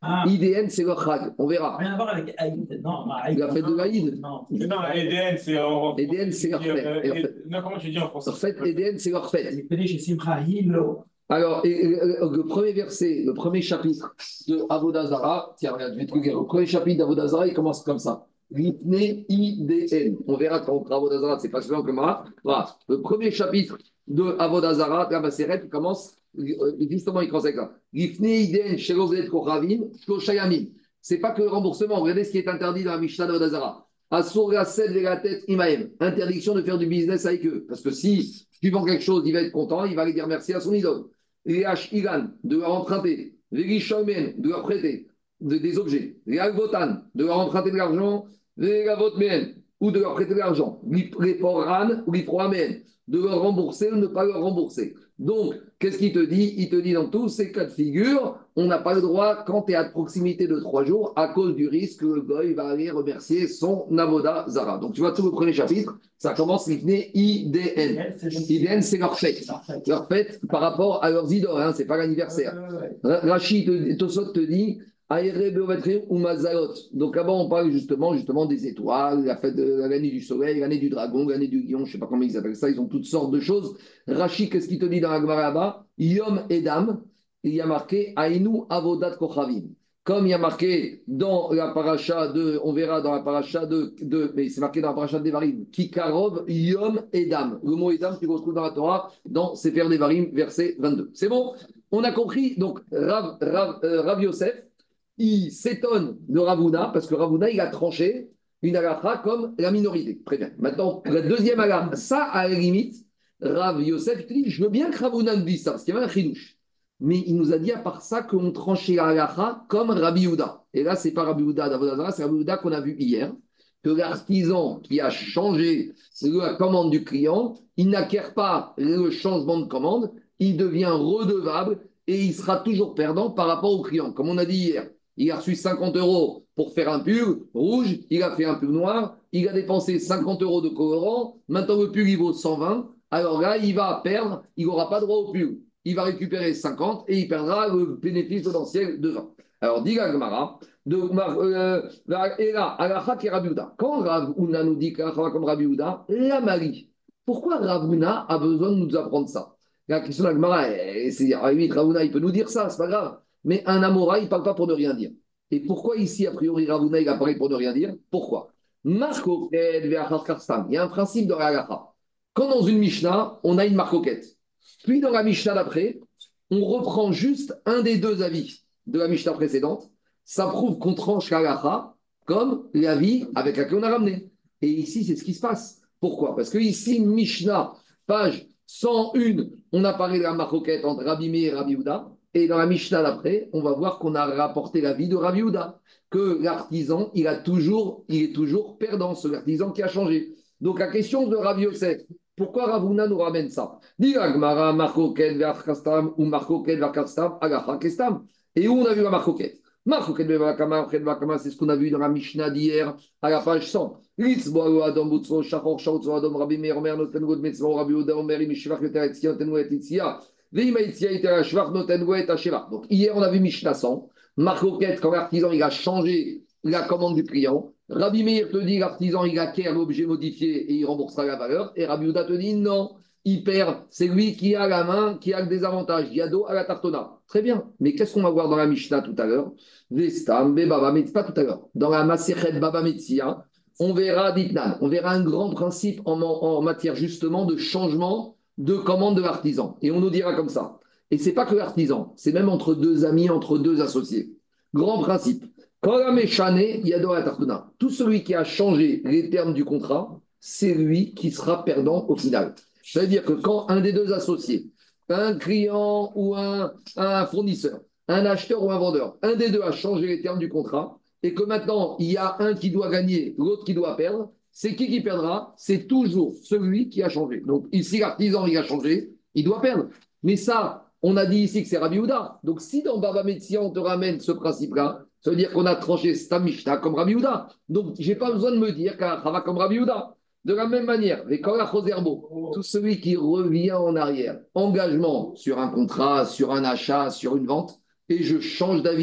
Ah, I D N, c'est le Chag. On verra. rien à voir avec Aïd. Non, non, Aïd. La fête de l'Aïd. Non. Mais non, E D N, c'est en. E D N, c'est leur fête. Euh, Leur et- fête. Non, comment tu dis en français? Leur fête, E D N, c'est leur fête. Les pédés chez Simcha Hilo. Alors, et, et, le premier verset, le premier chapitre de Avodazara, tiens, regarde, je vais te le dire. Le premier chapitre d'Avodazara, il commence comme ça. Lipne I D N. On verra quand Avodazara, c'est pas souvent comme ça. Voilà. Le premier chapitre de Avodazara, la Maseret, il commence, euh, justement, il commence avec ça. Lipne I D N, Shelovet Kochavim, Koshayamim. C'est pas que le remboursement. Regardez ce qui est interdit dans la Mishnah d'Avodazara. Asur la sed la tête imaem. Interdiction de faire du business avec eux. Parce que si tu vends quelque chose, il va être content, il va aller dire merci à son idole. Les Ilan, de leur emprunter, les Shomen, de leur prêter de, des objets, les Alvotan, de leur emprunter de l'argent, les Lavotmen, ou de leur prêter de l'argent, les Poran ou les Proamen, de leur rembourser ou ne pas leur rembourser. Donc, qu'est-ce qu'il te dit? Il te dit dans tous ces cas de figure, on n'a pas le droit, quand tu es à proximité de trois jours, à cause du risque que le goy va aller remercier son Navoda Zara. Donc, tu vois, tout le premier chapitre, ça commence l'ifné I D N. I D N, c'est leur fête. Leur fête par rapport à leurs idoles, hein, ce n'est pas l'anniversaire. Rachid, Tosot te dit Aéré Beovatrim ou Mazalot. Donc là-bas, on parle justement, justement des étoiles, la fête de l'année du soleil, l'année du dragon, l'année du lion, je ne sais pas comment ils appellent ça, ils ont toutes sortes de choses. Rachid, qu'est-ce qu'il te dit dans la Gemara là-bas? Yom Edam, il y a marqué Ainu Avodat Kochavim. Comme il y a marqué dans la paracha de, on verra dans la paracha de, de mais c'est marqué dans la paracha de Devarim, Kikarov Yom Edam. Le mot Edam, tu le retrouves dans la Torah, dans Sefer Devarim, verset vingt-deux. C'est bon? On a compris, donc Rav, Rav, euh, Rav Yosef, il s'étonne de Ravuna, parce que Ravuna, il a tranché une halakha comme la minorité. Très bien. Maintenant, la deuxième halakha, ça, à la limite, Rav Yosef, il te dit, je veux bien que Ravuna nous dise ça, parce qu'il y avait un chidouche. Mais il nous a dit à part ça qu'on tranchait la halakha comme Rabbi Yehuda. Et là, c'est pas Rabbi Yehuda d'Avodazara, c'est Rabbi Yehuda qu'on a vu hier, que l'artisan qui a changé la commande du client, il n'acquiert pas le changement de commande, il devient redevable et il sera toujours perdant par rapport au client. Comme on a dit hier, il a reçu cinquante euros pour faire un pull rouge, il a fait un pull noir, il a dépensé cinquante euros de colorant, maintenant le pull il vaut cent vingt, alors là il va perdre, il n'aura pas droit au pull. Il va récupérer cinquante et il perdra le bénéfice potentiel de vingt. Alors, dit la Gemara, de, euh, et là, Alacha qui est Rabbi Yehuda. Quand Rav Huna nous dit qu'Alacha comme Rabbi Yehuda, la Marie. Pourquoi Rav Huna a besoin de nous apprendre ça? La question de la Gemara, c'est à la limite, Rav Huna, il peut nous dire ça, c'est pas grave. Mais un Amora, il ne parle pas pour ne rien dire. Et pourquoi ici, a priori, Rav Huna, il apparaît pour ne rien dire? Pourquoi? Marco, il y a un principe dans la Alacha. Quand dans une Mishnah, on a une marcoquette. Puis dans la Mishnah d'après, on reprend juste un des deux avis de la Mishnah précédente. Ça prouve qu'on tranche l'alacha comme l'avis avec laquelle on a ramené. Et ici, c'est ce qui se passe. Pourquoi? Parce que ici, Mishnah, page cent un, on a parlé de la marcoquette entre Rabbi Meir et Rabbi Yehuda. Et dans la Mishnah d'après, on va voir qu'on a rapporté l'avis de Rabbi Yehuda, que l'artisan, il, a toujours, il est toujours perdant, ce l'artisan qui a changé. Donc la question de Rabbi Yosef, pourquoi Ravuna nous ramène ça? Dit Agmara, Marcoquet, Verkastam, ou Marcoquet, Verkastam, Agacha, Kestam. Et où on a vu la Marcoquet? Marcoquet, Verkama, Verkama, c'est ce qu'on a vu dans la Mishnah d'hier, à la page cent. Litzbo, Adam, Butso, Shachor, Shautzo, Adam, Rabbi Meir, Omer, Notengot, Metzvo, Rabbi Uda, Omer, Imishvach, Yoteretzia, Tenouet, Itzia, Veimaïtzia, Iterashvach, Notengot, Ashera. Donc hier, on a vu Mishnah cent. Marcoquet, quand l'artisan il a changé la commande du client. Rabbi Meir te dit l'artisan il acquiert l'objet modifié et il remboursera la valeur. Et Rabbi Yehuda te dit non, il perd. C'est lui qui a la main, qui a le désavantage. Yado à la tartona. Très bien. Mais qu'est-ce qu'on va voir dans la Mishnah tout à l'heure? Vestam, Beba, mais pas tout à l'heure. Dans la Masechet Baba Metzia, on verra Ditnan. On verra un grand principe en, en matière justement de changement de commande de l'artisan. Et on nous dira comme ça. Et c'est pas que l'artisan, c'est même entre deux amis, entre deux associés. Grand principe. Quand la méchané, il y a dans la tartuna. Tout celui qui a changé les termes du contrat, c'est lui qui sera perdant au final. C'est-à-dire que quand un des deux associés, un client ou un, un fournisseur, un acheteur ou un vendeur, un des deux a changé les termes du contrat et que maintenant il y a un qui doit gagner, l'autre qui doit perdre, c'est qui qui perdra? C'est toujours celui qui a changé. Donc ici, l'artisan, il a changé, il doit perdre. Mais ça, on a dit ici que c'est Rabbi Yehuda. Donc si dans Baba Metzia, on te ramène ce principe-là, ça veut dire qu'on a tranché Stam Mishnah comme Rabbi Yehuda. Donc, je n'ai pas besoin de me dire qu'un va comme Rabbi Yehuda. De la même manière, les Korachozerbo, tout celui qui revient en arrière, engagement sur un contrat, sur un achat, sur une vente, et je change d'avis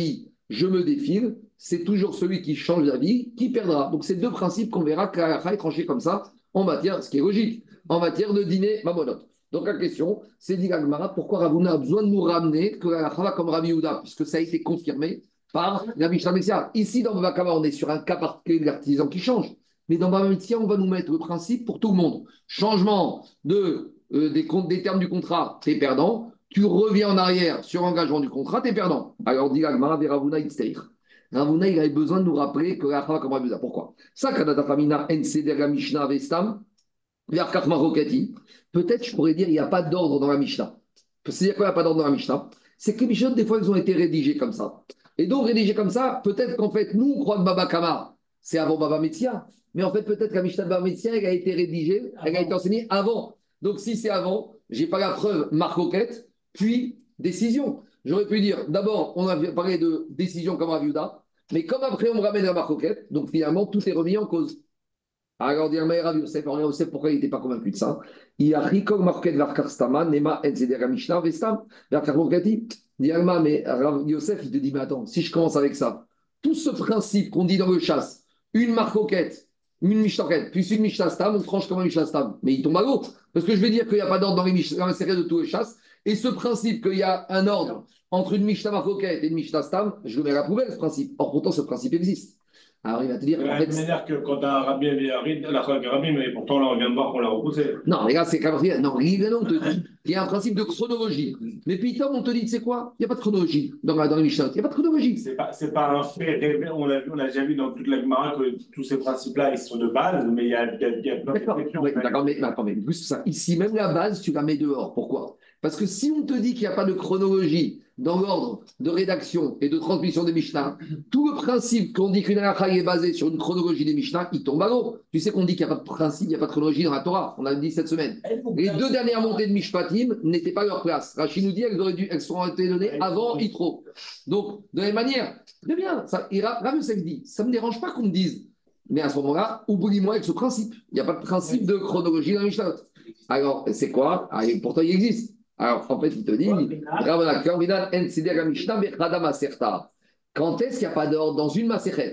je me défile, c'est toujours celui qui change d'avis qui perdra. Donc, c'est deux principes qu'on verra que la halakha est tranchée comme ça en matière, ce qui est logique, en matière de dîner mamonot. Donc, la question, c'est dit la Gemara, pourquoi Ravuna a besoin de nous ramener que la halakha va comme Rabbi Yehuda, puisque ça a été confirmé par la Mishnah Messiah. Ici, dans Baba Kama, on est sur un cas particulier de l'artisan qui change. Mais dans Baba Metzia, on va nous mettre le principe pour tout le monde. Changement de, euh, des, comptes, des termes du contrat, t'es perdant. Tu reviens en arrière sur l'engagement du contrat, t'es perdant. Alors, dit Agmara, Ravuna, Itzteir. Ravuna, il avait besoin de nous rappeler que la Chava comme Rabbi Yehuda. Pourquoi ça, Kadata Famina, En Seder la Mishnah Vestam, Verkach Marokati. Peut-être, je pourrais dire, il n'y a pas d'ordre dans la Mishnah. C'est-à-dire quoi, il n'y a pas d'ordre dans la Mishnah? C'est que les Mishnah, des fois, ils ont été rédigés comme ça. Et donc, rédigés comme ça, peut-être qu'en fait, nous, on croit que Baba Kama, c'est avant Baba Metzia. Mais en fait, peut-être que la Mishnah de Baba Metzia, elle a été rédigée, elle a été enseignée avant. Donc, si c'est avant, je n'ai pas la preuve marcoquette, puis décision. J'aurais pu dire, d'abord, on a parlé de décision comme Rav Yehuda, mais comme après, on me ramène la marcoquette, donc finalement, tout est remis en cause. Alors, dire, mais Rav Yosef, Rav Yosef, pourquoi il n'était pas convaincu de ça? Il a ri comme marcoquette vers Karstama, Nema, Enzeder, Mishnah, Vestam, vers Karmokati. Diagma, mais Rav Yosef, il te dit, mais attends, si je commence avec ça, tout ce principe qu'on dit dans le chasse, une marcoquette, une mishtaket, puis une mishtastam, on tranche comme un mishtastam. Mais il tombe à l'eau. Parce que je vais dire qu'il n'y a pas d'ordre dans les mishtastam de tous les chasses. Et ce principe qu'il y a un ordre entre une mishta marcoquette et une mishtastam, je le mets à la poubelle, ce principe. Or, pourtant, ce principe existe. Alors, il va te dire. De la en même fait, manière que quand un rabbi avait arrêté la rabbi, mais pourtant là, on vient de voir qu'on l'a repoussé. non, les gars, c'est quand même. Non, on te dit qu'il y a un principe de chronologie. Mais puis, Tom, on te dit, tu sais quoi? Il n'y a pas de chronologie dans, la, dans les Mishnah. Il n'y a pas de chronologie. C'est pas, c'est pas un fait rêvé. On a, on a déjà vu dans toute la Gemara que tous ces principes-là, ils sont de base, mais il y a, il y a, il y a plein D'accord, d'exceptions. oui, d'accord, mais, mais attends, mais plus que ça. Ici, même la base, tu la mets dehors. Pourquoi? Parce que si on te dit qu'il n'y a pas de chronologie dans l'ordre de rédaction et de transmission des Mishnah, tout le principe qu'on dit qu'une halakha est basée sur une chronologie des Mishnah, il tombe à l'eau. Tu sais qu'on dit qu'il n'y a pas de principe, il n'y a pas de chronologie dans la Torah. On l'a dit cette semaine. Les deux dernières montées de Mishpatim n'étaient pas à leur place. Rachid nous dit qu'elles auraient dû, elles sont été données avant Yitro. Donc, de la même manière, très bien. Ça, et Rav Yosef dit, ça ne me dérange pas qu'on me dise. Mais à ce moment-là, oublie-moi avec ce principe. Il n'y a pas de principe de chronologie dans les Mishnah. Alors, c'est quoi? Ah, et pourtant, il existe. Alors, en fait, il te dit, quand est-ce qu'il n'y a pas d'ordre dans une maserhet?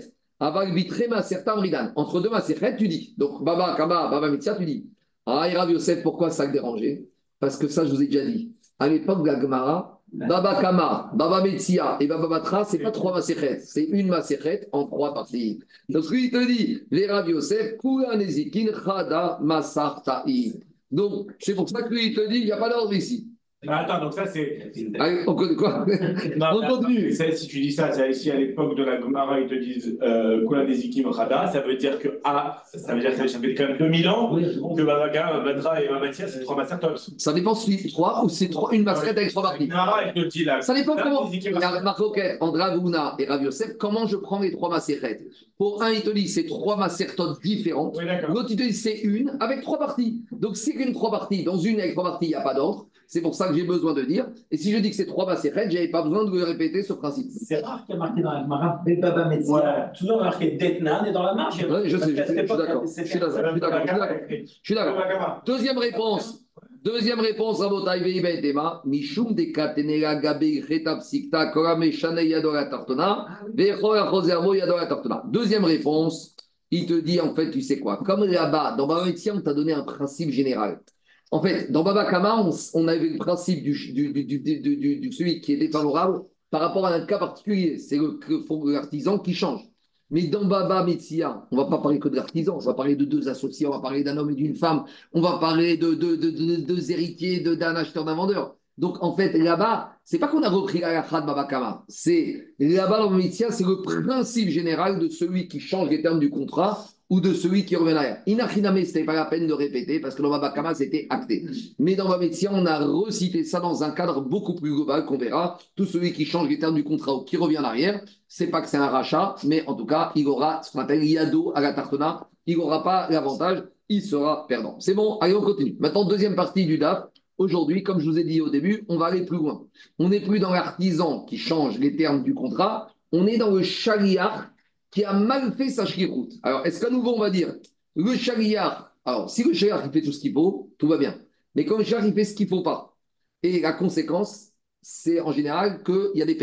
Entre deux maserhet, tu dis. Donc, Baba Kama, Baba Mitzia, tu dis. Ah, et Rav Yosef, pourquoi ça te dérangeait? Parce que ça, je vous ai déjà dit. À l'époque de la Gemara, Baba Kama, Baba Metzia et Baba Batra, ce n'est pas trois maserhet, c'est une maserhet en trois parties. Donc, lui, il te dit, les Rav Yosef, Kula Nezikin, Chada, Masar, Ta'i. Donc, c'est pour ça que lui, il te dit, il n'y a pas d'ordre ici. Mais attends, donc ça, c'est. Allez, on connaît quoi? Non, On mais continue. attends, si tu dis ça, c'est ici à l'époque de la Gemara, ils te disent euh, Kula Nezikim Rada, ça veut dire que ah, ça veut dire que ça fait quand même deux mille ans que Babaga, Badra et Babatia, c'est trois macertos. Ça dépend si c'est trois ou c'est trois, une masquette avec trois parties. Gemara, elle te dit là. Ça dépend Kula comment. Nezikim Il y a Rada. Marcoquet, Andra Vouna et Rav Yosef, comment je prends les trois maserhettes? Pour un, il te dit c'est trois macertotes différentes. Oui, d'accord. L'autre, il te dit c'est une avec trois parties. Donc, si c'est qu'une trois parties, dans une avec trois parties, il n'y a pas d'ordre. C'est pour ça que j'ai besoin de dire. Et si je dis que c'est trois maserhettes, je n'avais pas besoin de le répéter ce principe. C'est rare qu'il y ait marqué dans la Gemara Baba Metzia. Ouais. Toujours marqué Detnan et dans la marge. Ouais, je sais, je, Parce qu'à sais, je cette suis époque, d'accord. Je c'était- suis d'accord. Je suis d'accord. Je suis d'accord. Je suis d'accord. Babagama. Deuxième réponse. Deuxième réponse, Rabotai Veiben Tema, Mishum de Katenera Gabe Cheta Psikta Korame Shane Yadora Tartona, Vechoa Roservo Yadora Tartona. Deuxième réponse, il te dit en fait, tu sais quoi, comme là-bas, dans Baba Metzia, on t'a donné un principe général. En fait, dans Baba Kama, on, on avait le principe du, du, du, du, du, du, du- celui qui est défavorable par rapport à un cas particulier. C'est le- le- l'artisan qui change. Mais dans Baba Metzia, on ne va pas parler que de l'artisan, on va parler de deux associés, on va parler d'un homme et d'une femme, on va parler de, de, de, de- de deux héritiers, de- d'un acheteur, d'un vendeur. Donc en fait, là-bas, c'est pas qu'on a repris la halakha de Baba Kama, c'est là-bas dans Baba Metzia, c'est le principe général de celui qui change les termes du contrat ou de celui qui revient derrière. Inachiname, ce n'était pas la peine de répéter parce que dans Baba Kama, c'était acté. Mais dans Baba Metzia, on a recité ça dans un cadre beaucoup plus global qu'on verra. Tout celui qui change les termes du contrat ou qui revient en arrière, c'est pas que c'est un rachat, mais en tout cas, il aura ce qu'on appelle Yado à la Tartona. Il n'aura pas l'avantage, il sera perdant. C'est bon, allez, on continue. Maintenant, deuxième partie du D A F. Aujourd'hui, comme je vous ai dit au début, on va aller plus loin. On n'est plus dans l'artisan qui change les termes du contrat, on est dans le shaliach qui a mal fait sa shlichut. Alors, est-ce qu'à nouveau, on va dire, le shaliach, alors, si le shaliach il fait tout ce qu'il faut, tout va bien. Mais quand le shaliach il fait ce qu'il ne faut pas, et la conséquence, c'est en général qu'il y a des pertes.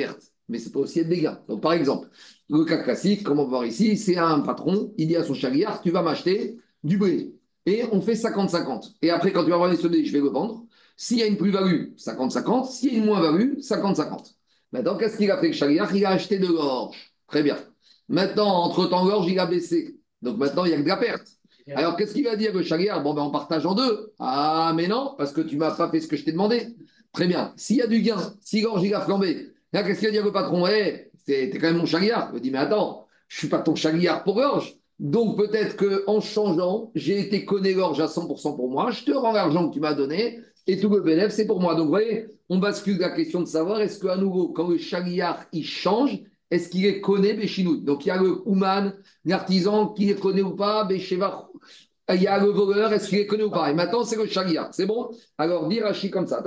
mais ça peut aussi être des gains. Donc, par exemple, le cas classique, comme on va voir ici, c'est un patron, il dit à son chariard, tu vas m'acheter du blé. Et on fait cinquante cinquante. Et après, quand tu vas avoir les soldés, je vais le vendre. S'il y a une plus-value, cinquante cinquante. S'il y a une moins-value, cinquante cinquante. Maintenant, qu'est-ce qu'il a fait, le chariard? Il a acheté de l'orge. Très bien. Maintenant, entre-temps, l'orge, il a baissé. Donc maintenant, il n'y a que de la perte. Alors, qu'est-ce qu'il va dire, le chariard? Bon, ben, on partage en deux. Ah, mais non, parce que tu ne m'as pas fait ce que je t'ai demandé. Très bien. S'il y a du gain, si l'orge, il a flambé, là, qu'est-ce qu'il va dire le patron? Eh, t'es quand même mon chariard. Il me dit, mais attends, je ne suis pas ton chariard pour l'orge. Donc, peut-être qu'en changeant, j'ai été conné l'orge à cent pour cent pour moi. Je te rends l'argent que tu m'as donné et tout le bénéfice, c'est pour moi. Donc, vous voyez, on bascule la question de savoir est-ce qu'à nouveau, quand le chariard, il change, est-ce qu'il est conné Béchinout? Donc, il y a le Ouman, l'artisan, qui est conné ou pas, Bécheva. Il y a le voleur, est-ce qu'il est connu ou pas? Et maintenant, c'est le chariard. C'est bon? Alors, dit Rachid comme ça.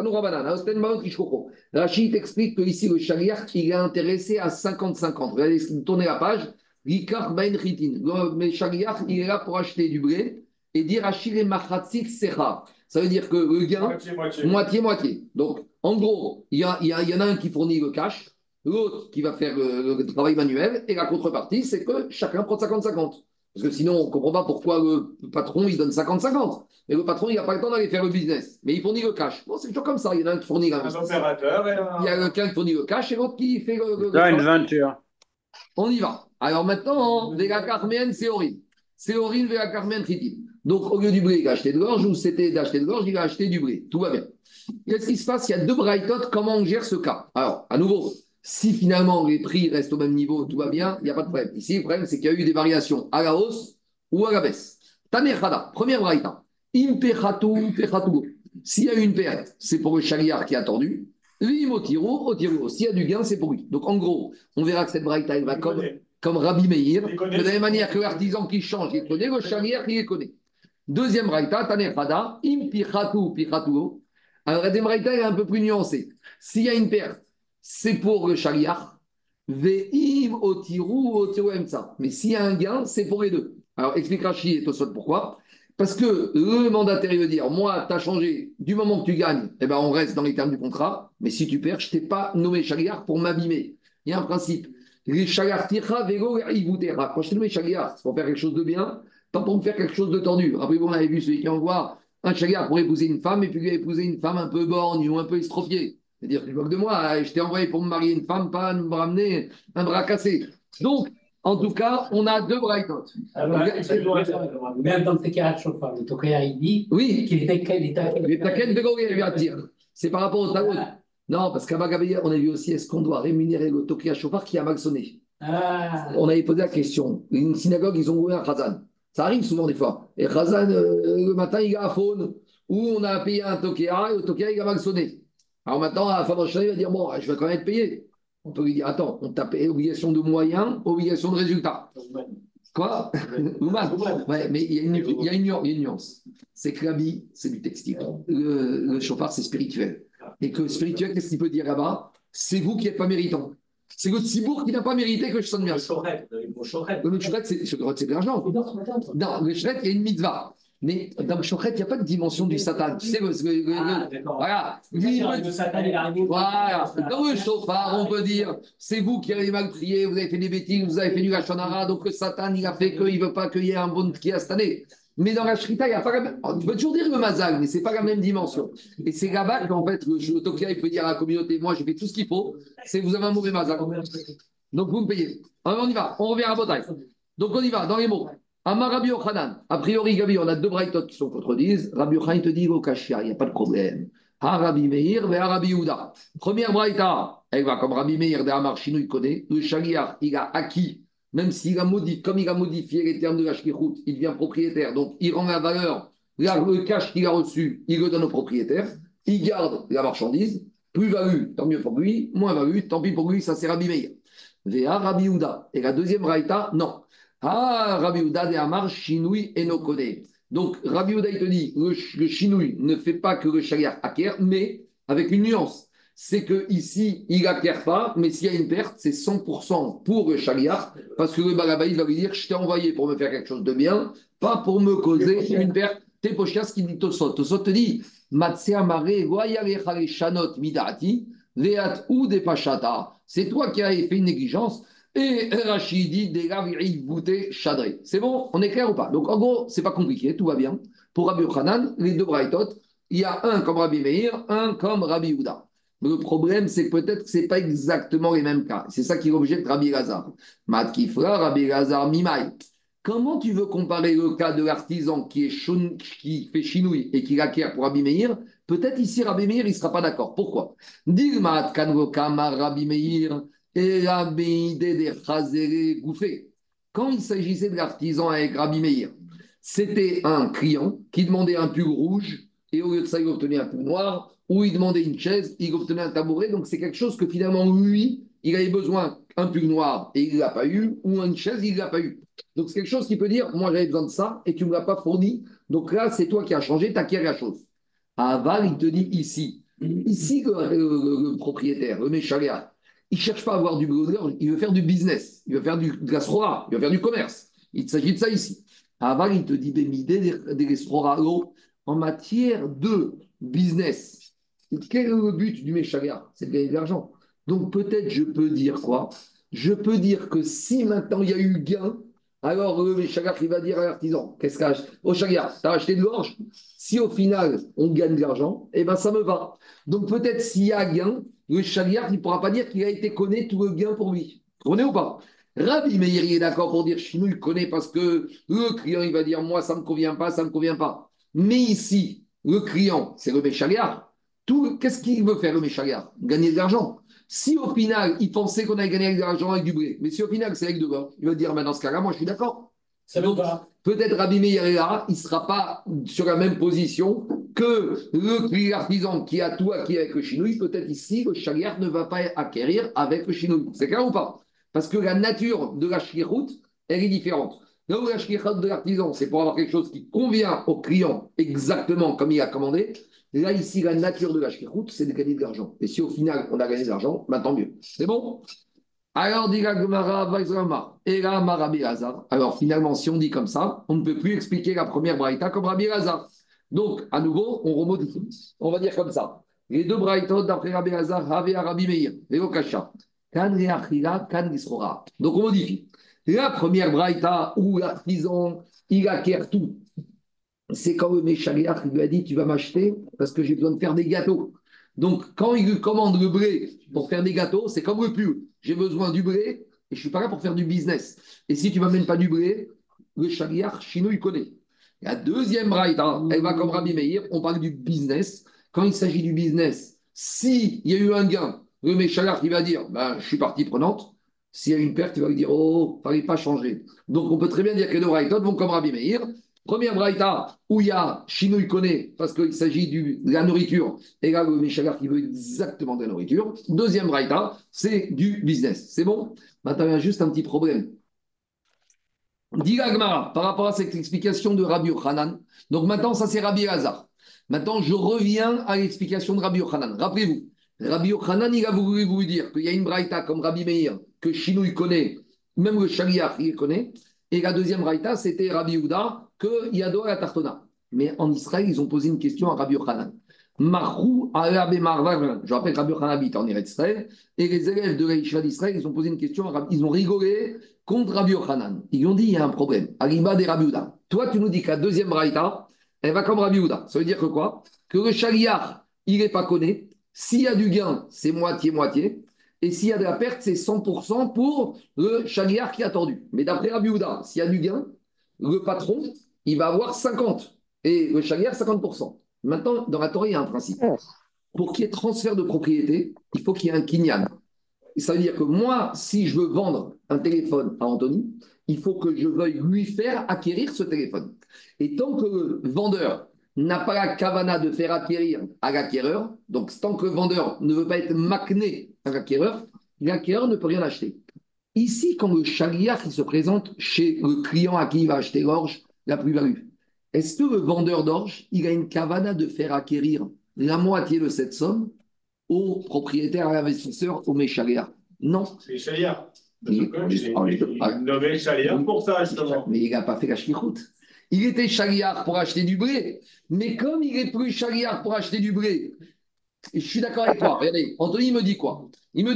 Rachid t'explique que ici, le chariard, il est intéressé à cinquante cinquante. Regardez, tournez la page. Ricard Ben Chitin. Le chariard, il est là pour acheter du blé et dire Rachid et Machatzit Secha. Ça veut dire que le gain, Moitié-moitié. moitié-moitié. Donc, en gros, il y, a, il, y a, il y en a un qui fournit le cash, l'autre qui va faire le, le travail manuel, et la contrepartie, c'est que chacun prend cinquante cinquante. Parce que sinon, on ne comprend pas pourquoi le patron, il donne cinquante cinquante. Mais le patron, il n'a pas le temps d'aller faire le business. Mais il fournit le cash. Bon, c'est toujours comme ça. Il y en a un qui fournit Un l'investissement. opérateur et un... Il y a quelqu'un qui fournit le cash et l'autre qui fait le. le- Dans le- une aventure. On y va. Alors maintenant, Vega Carmen, c'est horrible. C'est horrible, Vega Carmen, Tritil. Donc, au lieu du blé, il a acheté de l'orge, ou c'était d'acheter de l'orge, il a acheté du blé. Tout va bien. Qu'est-ce qui se passe? Il y a deux braïtotes. Comment on gère ce cas? Alors, à nouveau, si finalement les prix restent au même niveau, tout va bien, il n'y a pas de problème. Ici, le problème, c'est qu'il y a eu des variations à la hausse ou à la baisse. Tanechada, première braïta. Impechatu, pechatu. S'il y a eu une perte, c'est pour le chariard qui a tordu. L'imotiro, otiro. S'il y a du gain, c'est pour lui. Donc, en gros, on verra que cette braïta, elle va comme, comme Rabbi Meir. Il connaît. De la même manière que l'artisan qui change, il connaît, le chariard, il les connaît. Deuxième braïta, Tanechada, impichatu, pichatu. Alors, la deuxième braïta, elle est un peu plus nuancée. S'il y a une perte, c'est pour le chariard. Ve'im, otiru, otiru, emsa. Mais s'il y a un gain, c'est pour les deux. Alors, explique Rachid et Tosot pourquoi. Parce que le mandataire, il veut dire, moi, tu as changé, du moment que tu gagnes, eh ben, on reste dans les termes du contrat, mais si tu perds, je ne t'ai pas nommé chariard pour m'abîmer. Il y a un principe. Les chariard tira, vélo, ibutera. Quand je t'ai nommé chariard, c'est pour faire quelque chose de bien, pas pour me faire quelque chose de tordu. Après, on avait vu celui qui envoie un chariard pour épouser une femme, et puis il a épousé une femme un peu borgne ou un peu estropiée. C'est-à-dire, tu moques de moi, je t'ai envoyé pour me marier une femme, pas me ramener un bras cassé. Donc, en tout cas, on a deux braïtotes. Alors, même dans le Tekara Chauffard, le Tokaya, il dit Oui, qu'il était quel état. les taquettes de Gauguin, il vient de dire. C'est par rapport au Talmud. Non, parce qu'à Bagabéa, on a vu aussi, est-ce qu'on doit rémunérer le Tokia Chauffard qui a mal sonné? Ah, On avait posé la question. Une synagogue, ils ont loué un Khazan. Ça arrive souvent des fois. Et Khazan, euh, le matin, il a un faune. Ou on a payé un Tokia et le Tokia, il a mal sonné. Alors maintenant, à la fin de l'année, il va dire, bon, je vais quand même être payé. On peut lui dire, attends, on t'a payé obligation de moyens, obligation de résultat. Quoi? Ouman. Ouais, mais il y a une, il y a une, nuance- il y a une nuance. C'est que l'habit, c'est du textile. Le, le chauffard, c'est spirituel. Et que spirituel, qu'est-ce qu'il peut dire là-bas? C'est vous qui n'êtes pas méritant. C'est le Tzibour qui n'a pas mérité que je sonne bien. Le chorette, le chorette. Le chouret, c'est c'est de l'argent. Non, le chouret, il y a une mitzvah. Mais dans le chouret, il n'y a pas de dimension du Satan. Tu sais, le, le- le- ah, le- d'accord. voilà. Lui, il peut- Le Satan, il arrive. voilà. Dans le chauffard, on peut dire, c'est vous qui avez mal prié, vous avez fait des bêtises, vous avez fait du Lachonara, donc le Satan, il a fait qu'il ne veut pas qu'il y ait un bon qui cette année. Mais dans la Shrita, il n'y a pas la même. On peut toujours dire le Mazal, mais ce n'est pas la même dimension. Et c'est là-bas qu'en fait, le, le Tokia, il peut dire à la communauté, moi, j'ai fait tout ce qu'il faut, c'est que vous avez un mauvais Mazal. Donc vous me payez. Alors, on y va, on revient à Botaï. Donc on y va, dans les mots. Amar Rabbi Yochanan. A priori, Gabi, on a deux braïtotes qui sont contredisent. Rabbi Yochanan te dit, au Kashia, il n'y a pas de problème. Ha Rabbi Meir, ve Rabbi Yehuda. Première braïta, elle va comme Rabbi Meir de Amar Shinu, il connaît. Le Shaliar, il a acquis, même s'il a modifié, comme il a modifié les termes de la Shkichut, il devient propriétaire. Donc il rend la valeur, là, le cash qu'il a reçu, il le donne au propriétaire. Il garde la marchandise. Plus-value, tant mieux pour lui. Moins-value, tant pis pour lui, ça c'est Rabbi Meir. Véa Rabbi Yehuda. Et la deuxième braïta, non. Ah, Rabbi Yehuda de Amar, Shinui et no Kone. Donc, Rabbi Yehuda, il te dit, le, le Shinui ne fait pas que le chariard acquiert, mais avec une nuance. C'est que ici, il n'acquiert pas, mais s'il y a une perte, c'est cent pour cent pour le chariard, parce que le Balabaï va lui dire, je t'ai envoyé pour me faire quelque chose de bien, pas pour me causer une perte. T'es pochias qui dit Tosot. Tosot te dit, Matsea Mare, Voyale Chale Shanot Midati, Veat ou de Pachata. C'est toi qui as fait une négligence. Et Rachid dit, des bouté chadré. C'est bon, on est clair ou pas? Donc en gros, c'est pas compliqué, tout va bien. Pour Rabbi Yochanan, les deux braïtot, il y a un comme Rabbi Meir, un comme Rabbi Yehuda. Le problème, c'est que peut-être que ce n'est pas exactement les mêmes cas. C'est ça qui objecte Rabbi Lazar. Matkifra, Rabbi Lazar, Mimaï. Comment tu veux comparer le cas de l'artisan qui, est choun, qui fait chinouille et qui l'acquiert pour Rabbi Meir? Peut-être ici, Rabbi Meir, il ne sera pas d'accord. Pourquoi? Dilmat kanvokama Rabbi Meir et Rabbi de Chazere Gouffé. Quand il s'agissait de l'artisan avec Rabbi Meir, c'était un client qui demandait un pull rouge et au lieu de ça, il obtenait un pull noir, ou il demandait une chaise, il obtenait un tabouret. Donc c'est quelque chose que finalement, lui, il avait besoin un pull noir et il ne l'a pas eu, ou une chaise, il ne l'a pas eu. Donc c'est quelque chose qui peut dire, moi j'avais besoin de ça et tu ne me l'as pas fourni. Donc là, c'est toi qui as changé, tu acquiers la chose. Aval, il te dit ici, ici le, le, le, le propriétaire, le méchaléa, il ne cherche pas à avoir du boulot, il veut faire du business, il veut faire du, de la srora, il veut faire du commerce. Il s'agit de ça ici. Aval, il te dit, en matière de business, quel est le but du méchaléa? C'est de gagner de l'argent. Donc peut-être je peux dire quoi? Je peux dire que si maintenant il y a eu gain, alors le méchaléa il va dire à l'artisan, qu'est-ce qu'il a acheté? Au chaga, tu as acheté de l'orge? Si au final on gagne de l'argent, eh bien ça me va. Donc peut-être s'il y a gain, le chaga il ne pourra pas dire qu'il a été connu tout le gain pour lui. Vous comprenez ou pas? Rabbi Meir est d'accord pour dire Chinou il connaît parce que le client il va dire moi ça ne me convient pas, ça ne me convient pas. Mais ici, le client, c'est le méchaléa. Tout, qu'est-ce qu'il veut faire le méchaléa? Gagner de l'argent. Si au final, il pensait qu'on allait gagner de l'argent avec du blé, mais si au final, c'est avec de l'or, il va dire, ben dans ce cas-là, moi, je suis d'accord. Ça Donc, peut-être Rabbi Meir est là, il ne sera pas sur la même position que le l'artisan qui a tout acquis avec le chinouille. Peut-être ici, le chaliar ne va pas acquérir avec le chinouille. C'est clair ou pas? Parce que la nature de la shlichut, elle est différente. Là où la shlichut de l'artisan, c'est pour avoir quelque chose qui convient au client exactement comme il a commandé. Là, ici, la nature de la shlichut, c'est de gagner de l'argent. Et si au final, on a gagné de l'argent, ben, tant mieux. C'est bon? Alors, dit la Gemara, Vaizrama, et là, Rabbi Lazar. Alors, finalement, si on dit comme ça, on ne peut plus expliquer la première braïta comme Rabbi Lazar. Donc, à nouveau, on remodifie. On va dire comme ça. Les deux braïtot d'après Rabbi Lazar, Rabbi Rabbi Meir, et Okasha. Kan reachila, kan disrora. Donc, on modifie. La première braïta où l'artisan, il acquiert tout. C'est quand le méchaliach lui a dit, tu vas m'acheter parce que j'ai besoin de faire des gâteaux. Donc, quand il lui commande le blé pour faire des gâteaux, c'est comme le pull. J'ai besoin du blé et je ne suis pas là pour faire du business. Et si tu ne m'amènes pas du blé, le chaliach, chino, il connaît. La deuxième braïta, elle va comme Rabbi Meir, on parle du business. Quand il s'agit du business, s'il y a eu un gain, le méchaliach, il va dire, ben, je suis partie prenante. S'il y a une perte, il va lui dire, oh, il ne fallait pas changer. Donc, on peut très bien dire que les deux braïtas vont comme Rabbi Meir. Première braïta, où il y a Chino, il connaît, parce qu'il s'agit du, de la nourriture, et là, le Méchagar qui veut exactement de la nourriture. Deuxième braïta, c'est du business. C'est bon? Maintenant, il y a juste un petit problème. Dit la Gemara, par rapport à cette explication de Rabbi Yochanan, donc maintenant, ça c'est Rabbi Lazar. Maintenant, je reviens à l'explication de Rabbi Yochanan. Rappelez-vous, Rabbi Yochanan, il a voulu vous dire qu'il y a une braïta comme Rabbi Meir, que Chino, il connaît, même le Shaliach, il connaît. Et la deuxième braïta, c'était Rabbi Yehuda, que Yado la Tartona. Mais en Israël, ils ont posé une question à Rabbi Yochanan. Marou Arabe Marvar, je rappelle que Rabbi Yochanan habite en Israël, et les élèves de l'Aïcha d'Israël, ils ont posé une question à Rabbi, ils ont rigolé contre Rabbi Yochanan. Ils ont dit, il y a un problème. Aliba des Rabbi Yehuda. Toi, tu nous dis que la deuxième braïta, elle va comme Rabbi Yehuda. Ça veut dire que quoi? Que le Shaliach, il n'est pas connu. S'il y a du gain, c'est moitié-moitié. Et s'il y a de la perte, c'est cent pour cent pour le chaliar qui a tordu. Mais d'après Rabbi Yehuda, s'il y a du gain, le patron, il va avoir cinquante et le chaliar cinquante pour cent. Maintenant, dans la Torah, il y a un principe. Pour qu'il y ait transfert de propriété, il faut qu'il y ait un kinyan. Et ça veut dire que moi, si je veux vendre un téléphone à Anthony, il faut que je veuille lui faire acquérir ce téléphone. Et tant que le vendeur n'a pas la kavana de faire acquérir à l'acquéreur, donc tant que le vendeur ne veut pas être macné à l'acquéreur, l'acquéreur ne peut rien acheter. Ici, quand le chaliach se présente chez le client à qui il va acheter l'orge, la plus-value, est-ce que le vendeur d'orge, il a une kavana de faire acquérir la moitié de cette somme au propriétaire, à l'investisseur, au méchaliach? Non. C'est les chaliards. Il- J'ai Ah, mais- nommé les chaliards pour ça, justement. Mais il n'a pas fait la shlichut. Il était chaliard pour acheter du blé, mais comme il est plus chaliard pour acheter du blé, et je suis d'accord avec toi. Regardez, Anthony me dit quoi? Il me dit,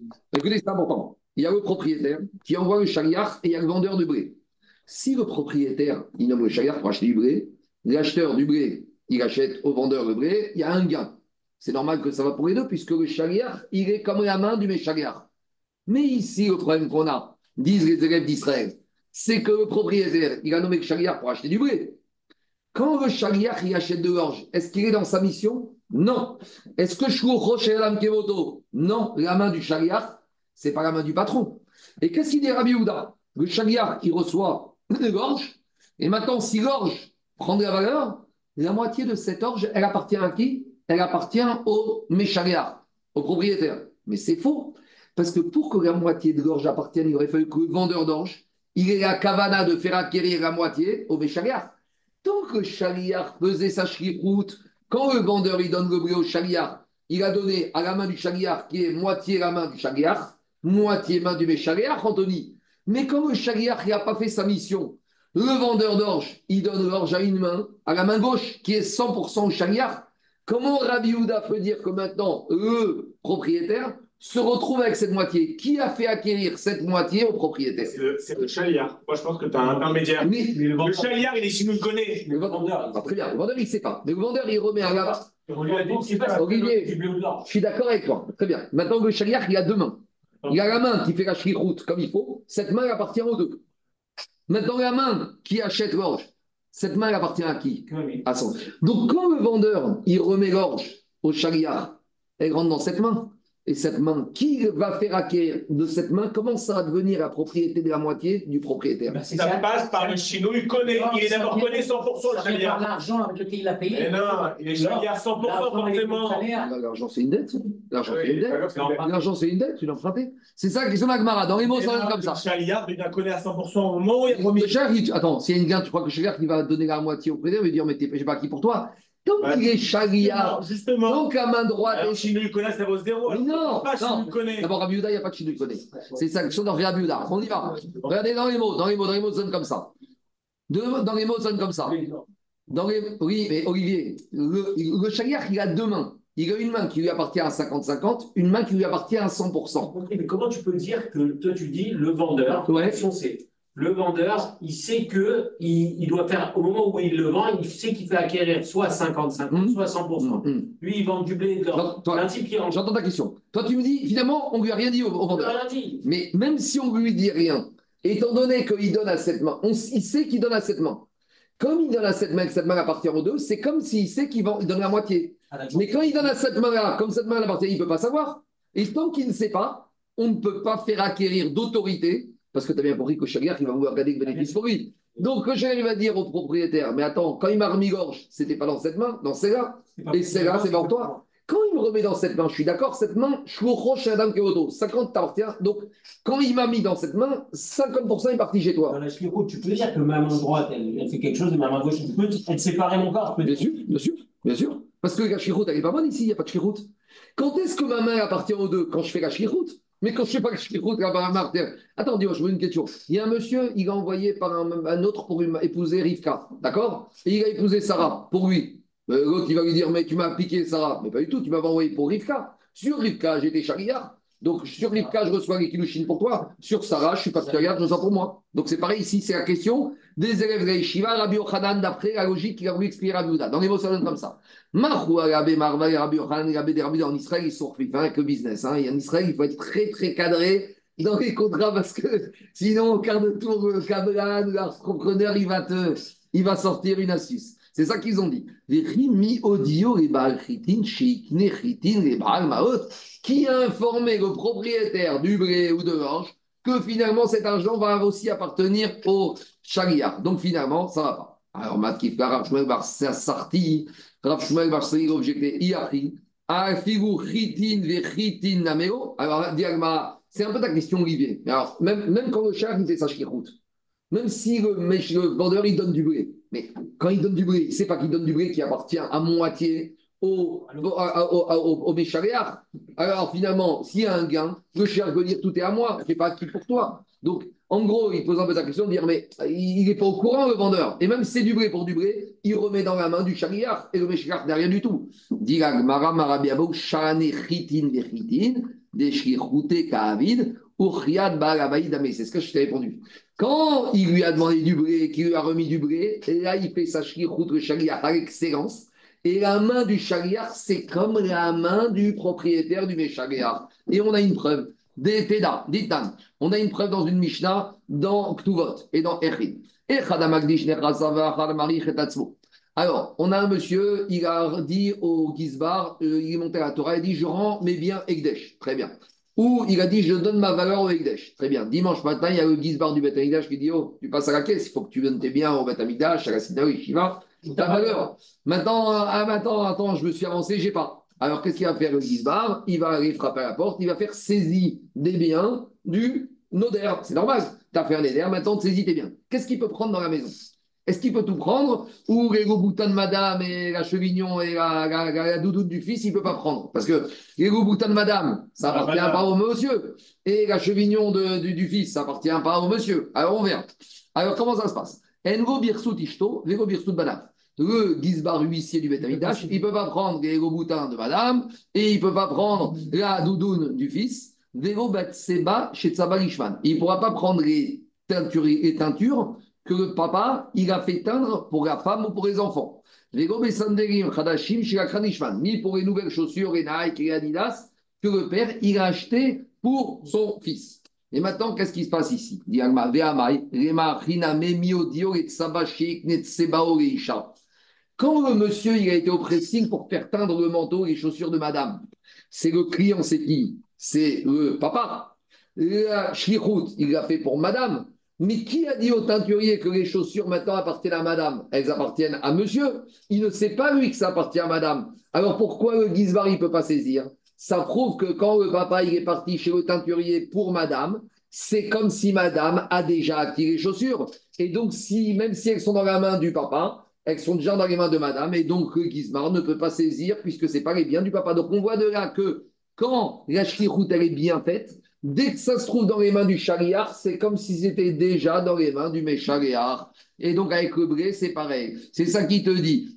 Écoutez, c'est important. Il y a le propriétaire qui envoie le chariard et il y a le vendeur de blé. Si le propriétaire, il nomme le chariard pour acheter du blé, l'acheteur du blé, il achète au vendeur le blé, il y a un gain. C'est normal que ça va pour les deux, puisque le chariard, il est comme la main du méchariard. Mais ici, le problème qu'on a, disent les élèves d'Israël, c'est que le propriétaire, il a nommé le chariard pour acheter du blé. Quand le chariard, il achète de l'orge, est-ce qu'il est dans sa mission? Non. Est-ce que Shlocho Shelam Kevoto? Non. La main du chariard, c'est pas la main du patron. Et qu'est-ce qu'il dit Rabbi Yehuda? Le chariard, il reçoit l'orge, et maintenant, si l'orge prend de la valeur, la moitié de cette orge, elle appartient à qui? Elle appartient au méchariard, au propriétaire. Mais c'est faux. Parce que pour que la moitié de l'orge appartienne, il aurait fallu que le vendeur d'orge, il ait la kavana de faire acquérir la moitié au méchariard. Tant que le chariard faisait sa chliroute, quand le vendeur il donne le blé au chariard, il a donné à la main du chariard qui est moitié la main du chariard, moitié main du méchariard, Anthony. Mais quand le chariard n'a pas fait sa mission, le vendeur d'orge, il donne l'orge à une main, à la main gauche, qui est cent pour cent au chariard. Comment Rabbi Yehuda peut dire que maintenant, le propriétaire se retrouve avec cette moitié? Qui a fait acquérir cette moitié au propriétaire? C'est le, c'est le chaliard. Moi, je pense que tu as un intermédiaire. Oui, le, le chaliard, il est chez nous, le connaît. Le vendeur, ah, très bien. Le vendeur, il ne sait pas. Mais le vendeur, il remet à la. Olivier, je suis d'accord avec toi. Très bien. Maintenant, le chaliard, il a deux mains. Il a la main qui fait la chliroute comme il faut. Cette main, elle appartient aux deux. Maintenant, la main qui achète l'orge, cette main, elle appartient à qui? À son. Donc, quand le vendeur, il remet l'orge au chariard, elle rentre dans cette main. Et cette main, qui va faire acquérir de cette main, comment ça va devenir la propriété de la moitié du propriétaire? Ben, ça passe par le chino, il connaît, non, il est d'abord connaît cent pour cent le chaliard. L'argent avec lequel il a payé. Mais non, il est chaliard cent pour cent forcément. L'argent, c'est une dette. L'argent, c'est une dette. L'argent, c'est une dette, tu l'as emprunté. C'est ça qui est son agmara. Dans les mots, ça va être comme ça. Le chaliard, il la connaît à cent pour cent au moment où il a promis. Attends, s'il y a une gain, tu crois que le chaliard, il va donner la moitié au prêteur, il va dire, mais je sais pas qui pour toi. Tant qu'il est chariard, tant qu'à main droite. Alors, Chino, il connaît, ça vaut zéro. Mais non, pas non. D'abord, Rabbi Yehuda, il n'y a pas de Chino, il connaît. C'est ça, question dans Rabbi Yehuda. On y va. Regardez dans les mots, dans les mots, dans les mots, ça sonne comme ça. Dans les mots, ça sonne comme ça. Dans les... Oui, mais Olivier, le, le chariard, il a deux mains. Il a une main qui lui appartient à cinquante cinquante, une main qui lui appartient à cent pour cent. Ok, mais comment tu peux dire que toi, tu dis le vendeur, ouais. foncé. Le vendeur, il sait que il, il doit faire, au moment où il le vend, il sait qu'il fait acquérir soit cinquante cinquante, mmh. soit cent pour cent. Mmh. Lui, il vend du blé de l'or. J'entends ta question. Toi, tu me dis, finalement, on ne lui a rien dit au, au vendeur. Rien dit. Mais même si on ne lui dit rien, étant donné qu'il donne à cette main, on, il sait qu'il donne à cette main. Comme il donne à cette main, que cette main appartient aux deux, c'est comme s'il sait qu'il il donne la moitié. Ah, mais quand il donne à cette main-là, comme cette main appartient, il ne peut pas savoir. Et tant qu'il ne sait pas, on ne peut pas faire acquérir d'autorité. Parce que tu as bien compris que le chariard, il va vouloir garder le bénéfice pour lui. Donc, le chariard, il va dire au propriétaire, mais attends, quand il m'a remis gorge, ce n'était pas dans cette main, dans celle-là. Et celle-là, c'est pour toi. Quand il me remet dans cette main, je suis d'accord, cette main, cinquante t'appartient. Donc, quand il m'a mis dans cette main, cinquante pour cent est parti chez toi. Dans la shlichut, tu peux dire que ma main droite, elle, elle fait quelque chose, et ma main gauche, elle peut elle séparer mon corps. Bien sûr, bien sûr, bien sûr. Parce que la shlichut, elle n'est pas bonne ici, il n'y a pas de shlichut. Quand est-ce que ma main appartient aux deux? Quand je fais la shlichut. Mais quand je ne sais pas que je suis route, attends, dis-moi, je veux une question. Il y a un monsieur, il a envoyé par un, un autre pour épouser Rivka, d'accord? Et il a épousé Sarah, pour lui. Euh, L'autre, il va lui dire, mais tu m'as piqué Sarah. Mais pas du tout, tu m'avais envoyé pour Rivka. Sur Rivka, j'étais chariard. Donc, sur Rivka, je reçois les kilouchines pour toi. Sur Sarah, je ne suis pas chariard, je reçois pour moi. Donc, c'est pareil ici, c'est la question des élèves de la Yeshiva, Rabbi Yochanan, d'après la logique qu'il a voulu expliquer Rabbi Yehuda. Dans les mots, ça donne comme ça. Mahou, Rabbi Marva, Rabbi Yochanan, Rabbi des Rabbi en Israël, ils sont refait avec le business. Hein. Et en Israël, il faut être très, très cadré dans les contrats parce que sinon, au quart de tour, le Kabbalah, l'entrepreneur, il va te, il va sortir une astuce. C'est ça qu'ils ont dit. Qui a informé le propriétaire du blé ou de l'orge que finalement cet argent va aussi appartenir au chariard. Donc finalement, ça ne va pas. Alors, Matkif, Rav Shmuel Bar Sarti, Rav Shmuel Bar Sarti, objecté Iachri, Afigu Chitin Vechitin Nameo. Alors, Diagma, c'est un peu ta question, Olivier. Alors, même, même quand le char, il fait sa chiroute, même si le, le vendeur, il donne du blé, mais quand il donne du blé, il ne sait pas qu'il donne du blé qui appartient à moitié au, au, au, au, au méchariard. Alors finalement, s'il y a un gain, le chariard veut dire tout est à moi, je ne fais pas acquis pour toi. Donc, en gros, il pose un peu la question de dire, mais il n'est pas au courant, le vendeur. Et même si c'est du blé pour du blé, il remet dans la main du chariard et le méchariard n'a rien du tout. Dit la Gemara, Marabiabo, Shane Chitin Vechitin, des shlichute ka'avid, uchriad ba'alabaï damé. C'est ce que je t'ai répondu. Quand il lui a demandé du blé, qu'il lui a remis du blé, là, il fait sa shlichut, le shaliach, par excellence. Et la main du shaliach, c'est comme la main du propriétaire du Meshaliach. Et on a une preuve. Des Teda, d'Itan. On a une preuve dans une Mishnah, dans Ktuvot et dans Echid. Et Chadamakdish Nechasava, Chadamari Chetatzmo. Alors, on a un monsieur, il a dit au Gizbar, euh, il est monté à la Torah, il dit je rends mes biens Ekdesh. Très bien. Ou il a dit je donne ma valeur au Ekdesh. Très bien. Dimanche matin, il y a le Gizbar du Beth Amikdash qui dit oh, tu passes à la caisse, il faut que tu donnes tes biens au Beth Amikdash, à la Sinaï, Shiva, ta valeur. Maintenant, ah, maintenant, attends, je me suis avancé, j'ai pas. Alors, qu'est-ce qu'il va faire le Gizbar? Il va aller frapper à la porte, il va faire saisie des biens du Noder. C'est normal. Tu as fait un Neder, maintenant tu saisis tes biens. Qu'est-ce qu'il peut prendre dans la maison? Est-ce qu'il peut tout prendre? Ou les boutons de madame et la chevignon et la, la, la, la doudoute du fils, il ne peut pas prendre? Parce que les boutons de madame, ça appartient ah, pas au monsieur. Et la chevignon de, du, du fils, ça appartient pas au monsieur. Alors, on verra. Alors, comment ça se passe? Engo birsut ishto, vego birsut badaf. Le Gizbar huissier du Beth Amikdash, il ne peut pas prendre les boutins de madame et il ne peut pas prendre la doudoune du fils. Vego batseba chez Tsabalishman. Il ne pourra pas prendre les teintures, les teintures que le papa il a fait teindre pour la femme ou pour les enfants. Vego besanderim chadashim chez la Kranishman. Ni pour les nouvelles chaussures, les Nike et les Adidas que le père il a acheté pour son fils. Et maintenant, qu'est-ce qui se passe ici? Quand le monsieur il a été au pressing pour faire teindre le manteau et les chaussures de madame, c'est le client, c'est qui? C'est le papa. La shlichut, il l'a fait pour madame. Mais qui a dit au teinturier que les chaussures maintenant appartiennent à madame? Elles appartiennent à monsieur. Il ne sait pas, lui, que ça appartient à madame. Alors pourquoi le Gizbar, il ne peut pas saisir? Ça prouve que quand le papa il est parti chez le teinturier pour madame, c'est comme si madame a déjà acquis les chaussures. Et donc, si, même si elles sont dans la main du papa, elles sont déjà dans les mains de madame. Et donc, le Gizbar ne peut pas saisir puisque ce n'est pas les biens du papa. Donc, on voit de là que quand la shlichut, elle est bien faite, dès que ça se trouve dans les mains du shaliach, c'est comme si c'était déjà dans les mains du méshaliach. Et donc, avec le blé, c'est pareil. C'est ça qui te dit.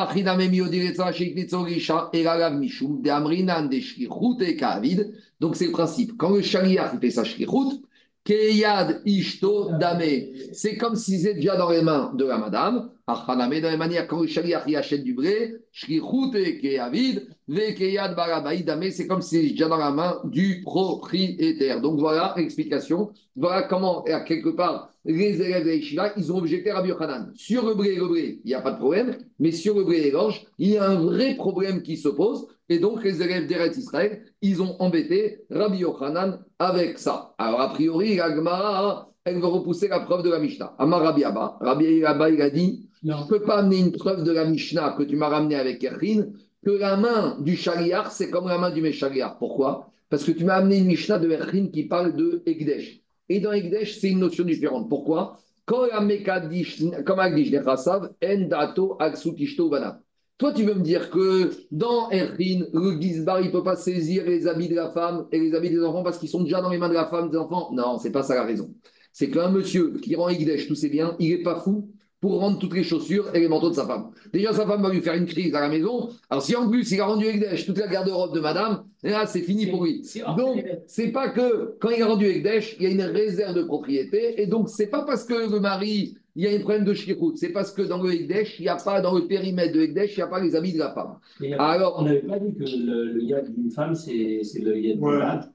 Donc, c'est le principe. Quand le shaliach fait sa shlichut, Keyad ishto dame. C'est comme si c'était déjà dans les mains de la madame. Achaname, de la même manière, quand le shaliach y achète du blé, shlichute keyavid, ve keyad barabaï dame, c'est comme si c'était déjà dans la main du propriétaire. Donc voilà l'explication. Voilà comment, à quelque part, les élèves de l'Yeshiva, ils ont objecté à Rabbi Yochanan. Sur le blé et le blé, il n'y a pas de problème, mais sur le blé et l'orge, il y a un vrai problème qui se pose. Et donc, les élèves d'Eretz Israël, ils ont embêté Rabbi Yochanan avec ça. Alors, a priori, la Gemara, elle veut repousser la preuve de la Mishnah. Amar Rabbi Abba. Rabbi Abba, il a dit, je ne peux pas amener une preuve de la Mishnah que tu m'as ramenée avec Erchin, que la main du Shaliach, c'est comme la main du Meshaliach. Pourquoi? Parce que tu m'as amené une Mishnah de Erchin qui parle de Ekdesh. Et dans Ekdesh, c'est une notion différente. Pourquoi? Quand la Mekadish, comme Agdish Nechasav, En Dato Aksutishto Bana. Toi, tu veux me dire que dans Erchin, le Gizbar, il ne peut pas saisir les habits de la femme et les habits des enfants parce qu'ils sont déjà dans les mains de la femme des enfants? Non, c'est pas ça la raison. C'est qu'un monsieur qui rend Ekdesh tous ses biens, il n'est pas fou pour rendre toutes les chaussures et les manteaux de sa femme. Déjà, sa femme va lui faire une crise à la maison. Alors, si en plus, il a rendu Ekdesh toute la garde-robe de madame, là, c'est fini pour lui. Donc, c'est pas que quand il a rendu Ekdesh, il y a une réserve de propriété. Et donc, c'est pas parce que le mari, il y a un problème de shlichut, c'est parce que dans le Ekdesh, il n'y a pas, dans le périmètre de Ekdesh, il n'y a pas les habits de la femme. Et alors, on n'avait pas dit que le, le yad d'une femme, c'est le yad d'une femme.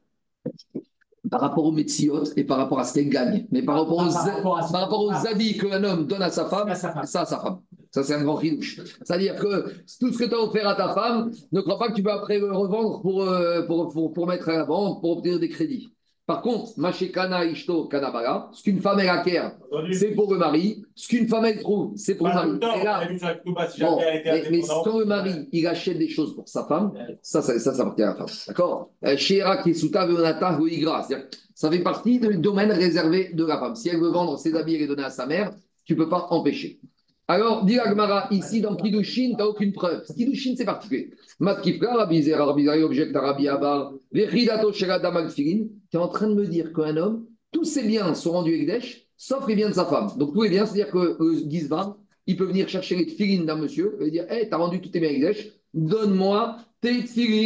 Par rapport aux métiotes et par rapport à ce qu'elle gagne. Mais par rapport, ah, aux, par rapport, à par rapport aux habits qu'un homme donne à sa femme, à sa femme. ça à sa femme. Ça, c'est un grand ridouche. C'est-à-dire que tout ce que tu as offert à ta femme, ne crois pas que tu peux après le revendre pour, pour, pour, pour mettre à la vente, pour obtenir des crédits. Par contre, Mashekana Ishto Kanabara, ce qu'une femme elle acquiert, c'est pour le mari. Ce qu'une femme elle trouve, c'est pour bah, le mari. Et là, bon, mais, mais quand le mari il achète des choses pour sa femme, ça, ça, ça, ça appartient à la femme. D'accord? Shira Kesuta Veonata Huigra. Ça fait partie du domaine réservé de la femme. Si elle veut vendre ses habits et les donner à sa mère, tu ne peux pas empêcher. Alors, dit Agmara, ici dans Kiddushin, tu n'as aucune preuve. Kiddushin, c'est particulier. Matkifra, Rabbi Zera, Rabbi Zera, objecte à Rabbi Abar, Vechidato Shera Magfilin. Tu es en train de me dire qu'un homme, tous ses biens sont rendus Ekdesh, sauf les biens de sa femme. Donc, tous les biens, c'est-à-dire que le Gizbar, il peut venir chercher les tfilines d'un monsieur et dire hey, tu as rendu tous tes biens Ekdesh, donne-moi tes tfilines.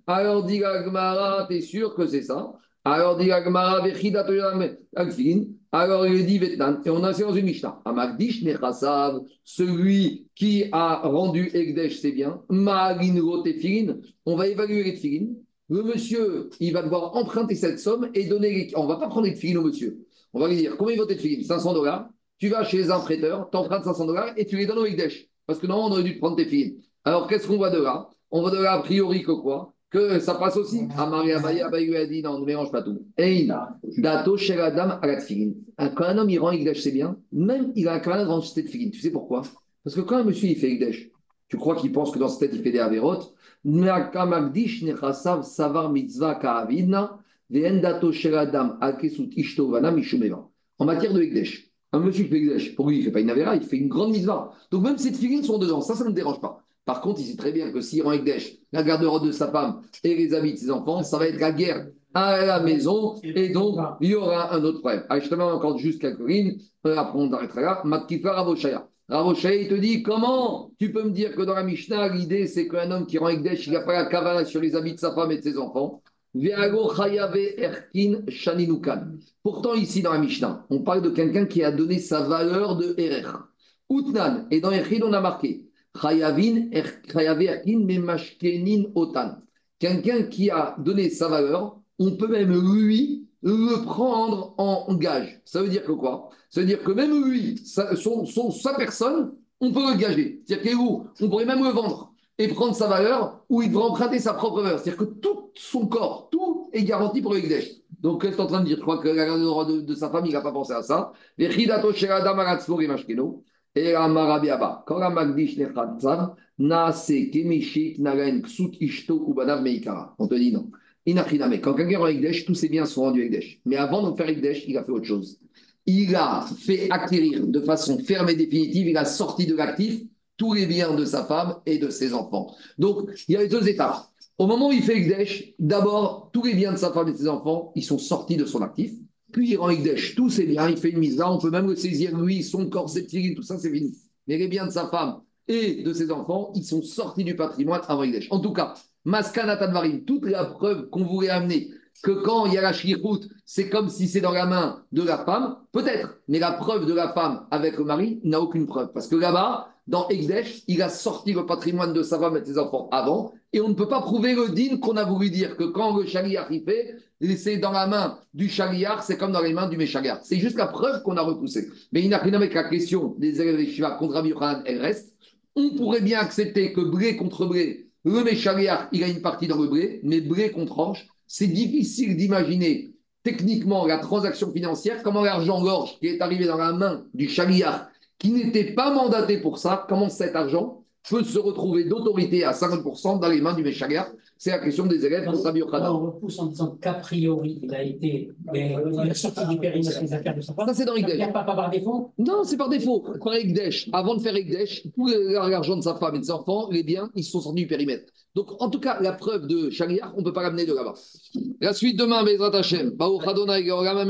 Alors dit la Gemara, t'es sûr que c'est ça? Alors dit la Gemara, Vechida Alfin. Alors il dit Vetnan. Et on a c'est dans une Mishnah. Amagdish Nechasav, celui qui a rendu Egdesh, c'est bien. Ma'alin Rotefilin. On va évaluer les tefilin. Le monsieur, il va devoir emprunter cette somme et donner les. On ne va pas prendre les tefilin au monsieur. On va lui dire combien il vaut tes tefilin? cinq cents dollars. Tu vas chez un prêteur, tu empruntes cinq cents dollars et tu les donnes au Egdesh. Parce que normalement, on aurait dû te prendre tes tefilin. Alors qu'est-ce qu'on voit de là? On voit de là a priori que quoi? Que ça passe aussi. Amari Abaye, Abaye lui a dit non, ne mélange pas tout. Eina, dato sheladam alatfilin. Quand un homme il rend Egdesh, c'est bien. Même il a un canal de rendre ses tefilin. Tu sais pourquoi? Parce que quand un monsieur il fait Egdesh, tu crois qu'il pense que dans sa tête il fait des avérotes. Magdish nechasav savar mitzvah ka'avidna ve'en dato sheladam akesut ishto vana mishumeva. En matière de Egdesh, un monsieur qui fait Egdesh, pour lui il ne fait pas une avéra, il fait une grande mitzvah. Donc même ces tefilin sont dedans. Ça, ça ne me dérange pas. Par contre, il sait très bien que s'il rend Egdesh, la garde-robe de sa femme et les habits de ses enfants, ça va être la guerre à la maison et donc il y aura un autre problème. Ah, justement, encore juste quelques lignes, après on arrêtera là. Matkifa Ravoshaya. Ravoshaya, il te dit comment tu peux me dire que dans la Mishnah, l'idée c'est qu'un homme qui rend Egdesh, il n'a pas la kavana sur les habits de sa femme et de ses enfants. Pourtant, ici dans la Mishnah, on parle de quelqu'un qui a donné sa valeur de Erer. Outnan, et dans Echid, on a marqué. Quelqu'un qui a donné sa valeur, on peut même lui le prendre en gage. Ça veut dire que quoi? Ça veut dire que même lui, sa, son, son, sa personne, on peut le gager. C'est-à-dire qu'on pourrait même le vendre et prendre sa valeur ou il devrait emprunter sa propre valeur. C'est-à-dire que tout son corps, tout est garanti pour le Egdesh. Donc, qu'est-ce que tu es en train de dire? Je crois que la garde de, de sa femme, il n'a pas pensé à ça. Et la Marabiaba, quand la Magdish Nechatzav, Naase, Kemishik, Narain, Ksut, Ishto, Ubanav, Meikara. On te dit non. Inachiname, quand quelqu'un rend Egdesh, tous ses biens sont rendus Egdesh. Mais avant de faire Egdesh, il a fait autre chose. Il a fait acquérir de façon ferme et définitive, il a sorti de l'actif tous les biens de sa femme et de ses enfants. Donc, il y a les deux étapes. Au moment où il fait Egdesh, d'abord, tous les biens de sa femme et de ses enfants, ils sont sortis de son actif. Puis il rend Egdesh, tous ses biens, il fait une mise là, on peut même le saisir, lui, son corps, ses tirines, tout ça, c'est fini. Mais les biens de sa femme et de ses enfants, ils sont sortis du patrimoine avant Egdesh. En tout cas, Maskana Tadvarim, toute la preuve qu'on voulait amener, que quand il y a la shlichut, c'est comme si c'est dans la main de la femme, peut-être, mais la preuve de la femme avec le mari n'a aucune preuve. Parce que là-bas, dans Egdesh, il a sorti le patrimoine de sa femme et de ses enfants avant, et on ne peut pas prouver le din qu'on a voulu dire, que quand le shaliach y fait, c'est dans la main du shaliach, c'est comme dans les mains du méshaliach. C'est juste la preuve qu'on a repoussée. Mais il n'a rien avec la question des élèves de Shiva contre Rabbi Yochanan, elle reste. On pourrait bien accepter que blé contre blé, le méshaliach, il a une partie dans le blé, mais blé contre orge, c'est difficile d'imaginer techniquement la transaction financière, comment l'argent l'orge qui est arrivé dans la main du shaliach, qui n'était pas mandaté pour ça, comment cet argent peut se retrouver d'autorité à cinquante pour cent dans les mains du méshaliach. C'est la question des élèves de Rabbi Yochanan. On repousse en disant qu'a priori, il a été mais, il a sorti du périmètre des affaires de sa femme. Ça, c'est dans Egdesh. Il n'y a pas, pas par défaut? Non, c'est par défaut. Quand Egdesh, avant de faire Egdesh, tout l'argent de sa femme et de ses enfants, les biens, ils sont sortis du périmètre. Donc, en tout cas, la preuve de Shaliach, on ne peut pas l'amener de là-bas. La suite demain, Bezrat Hashem.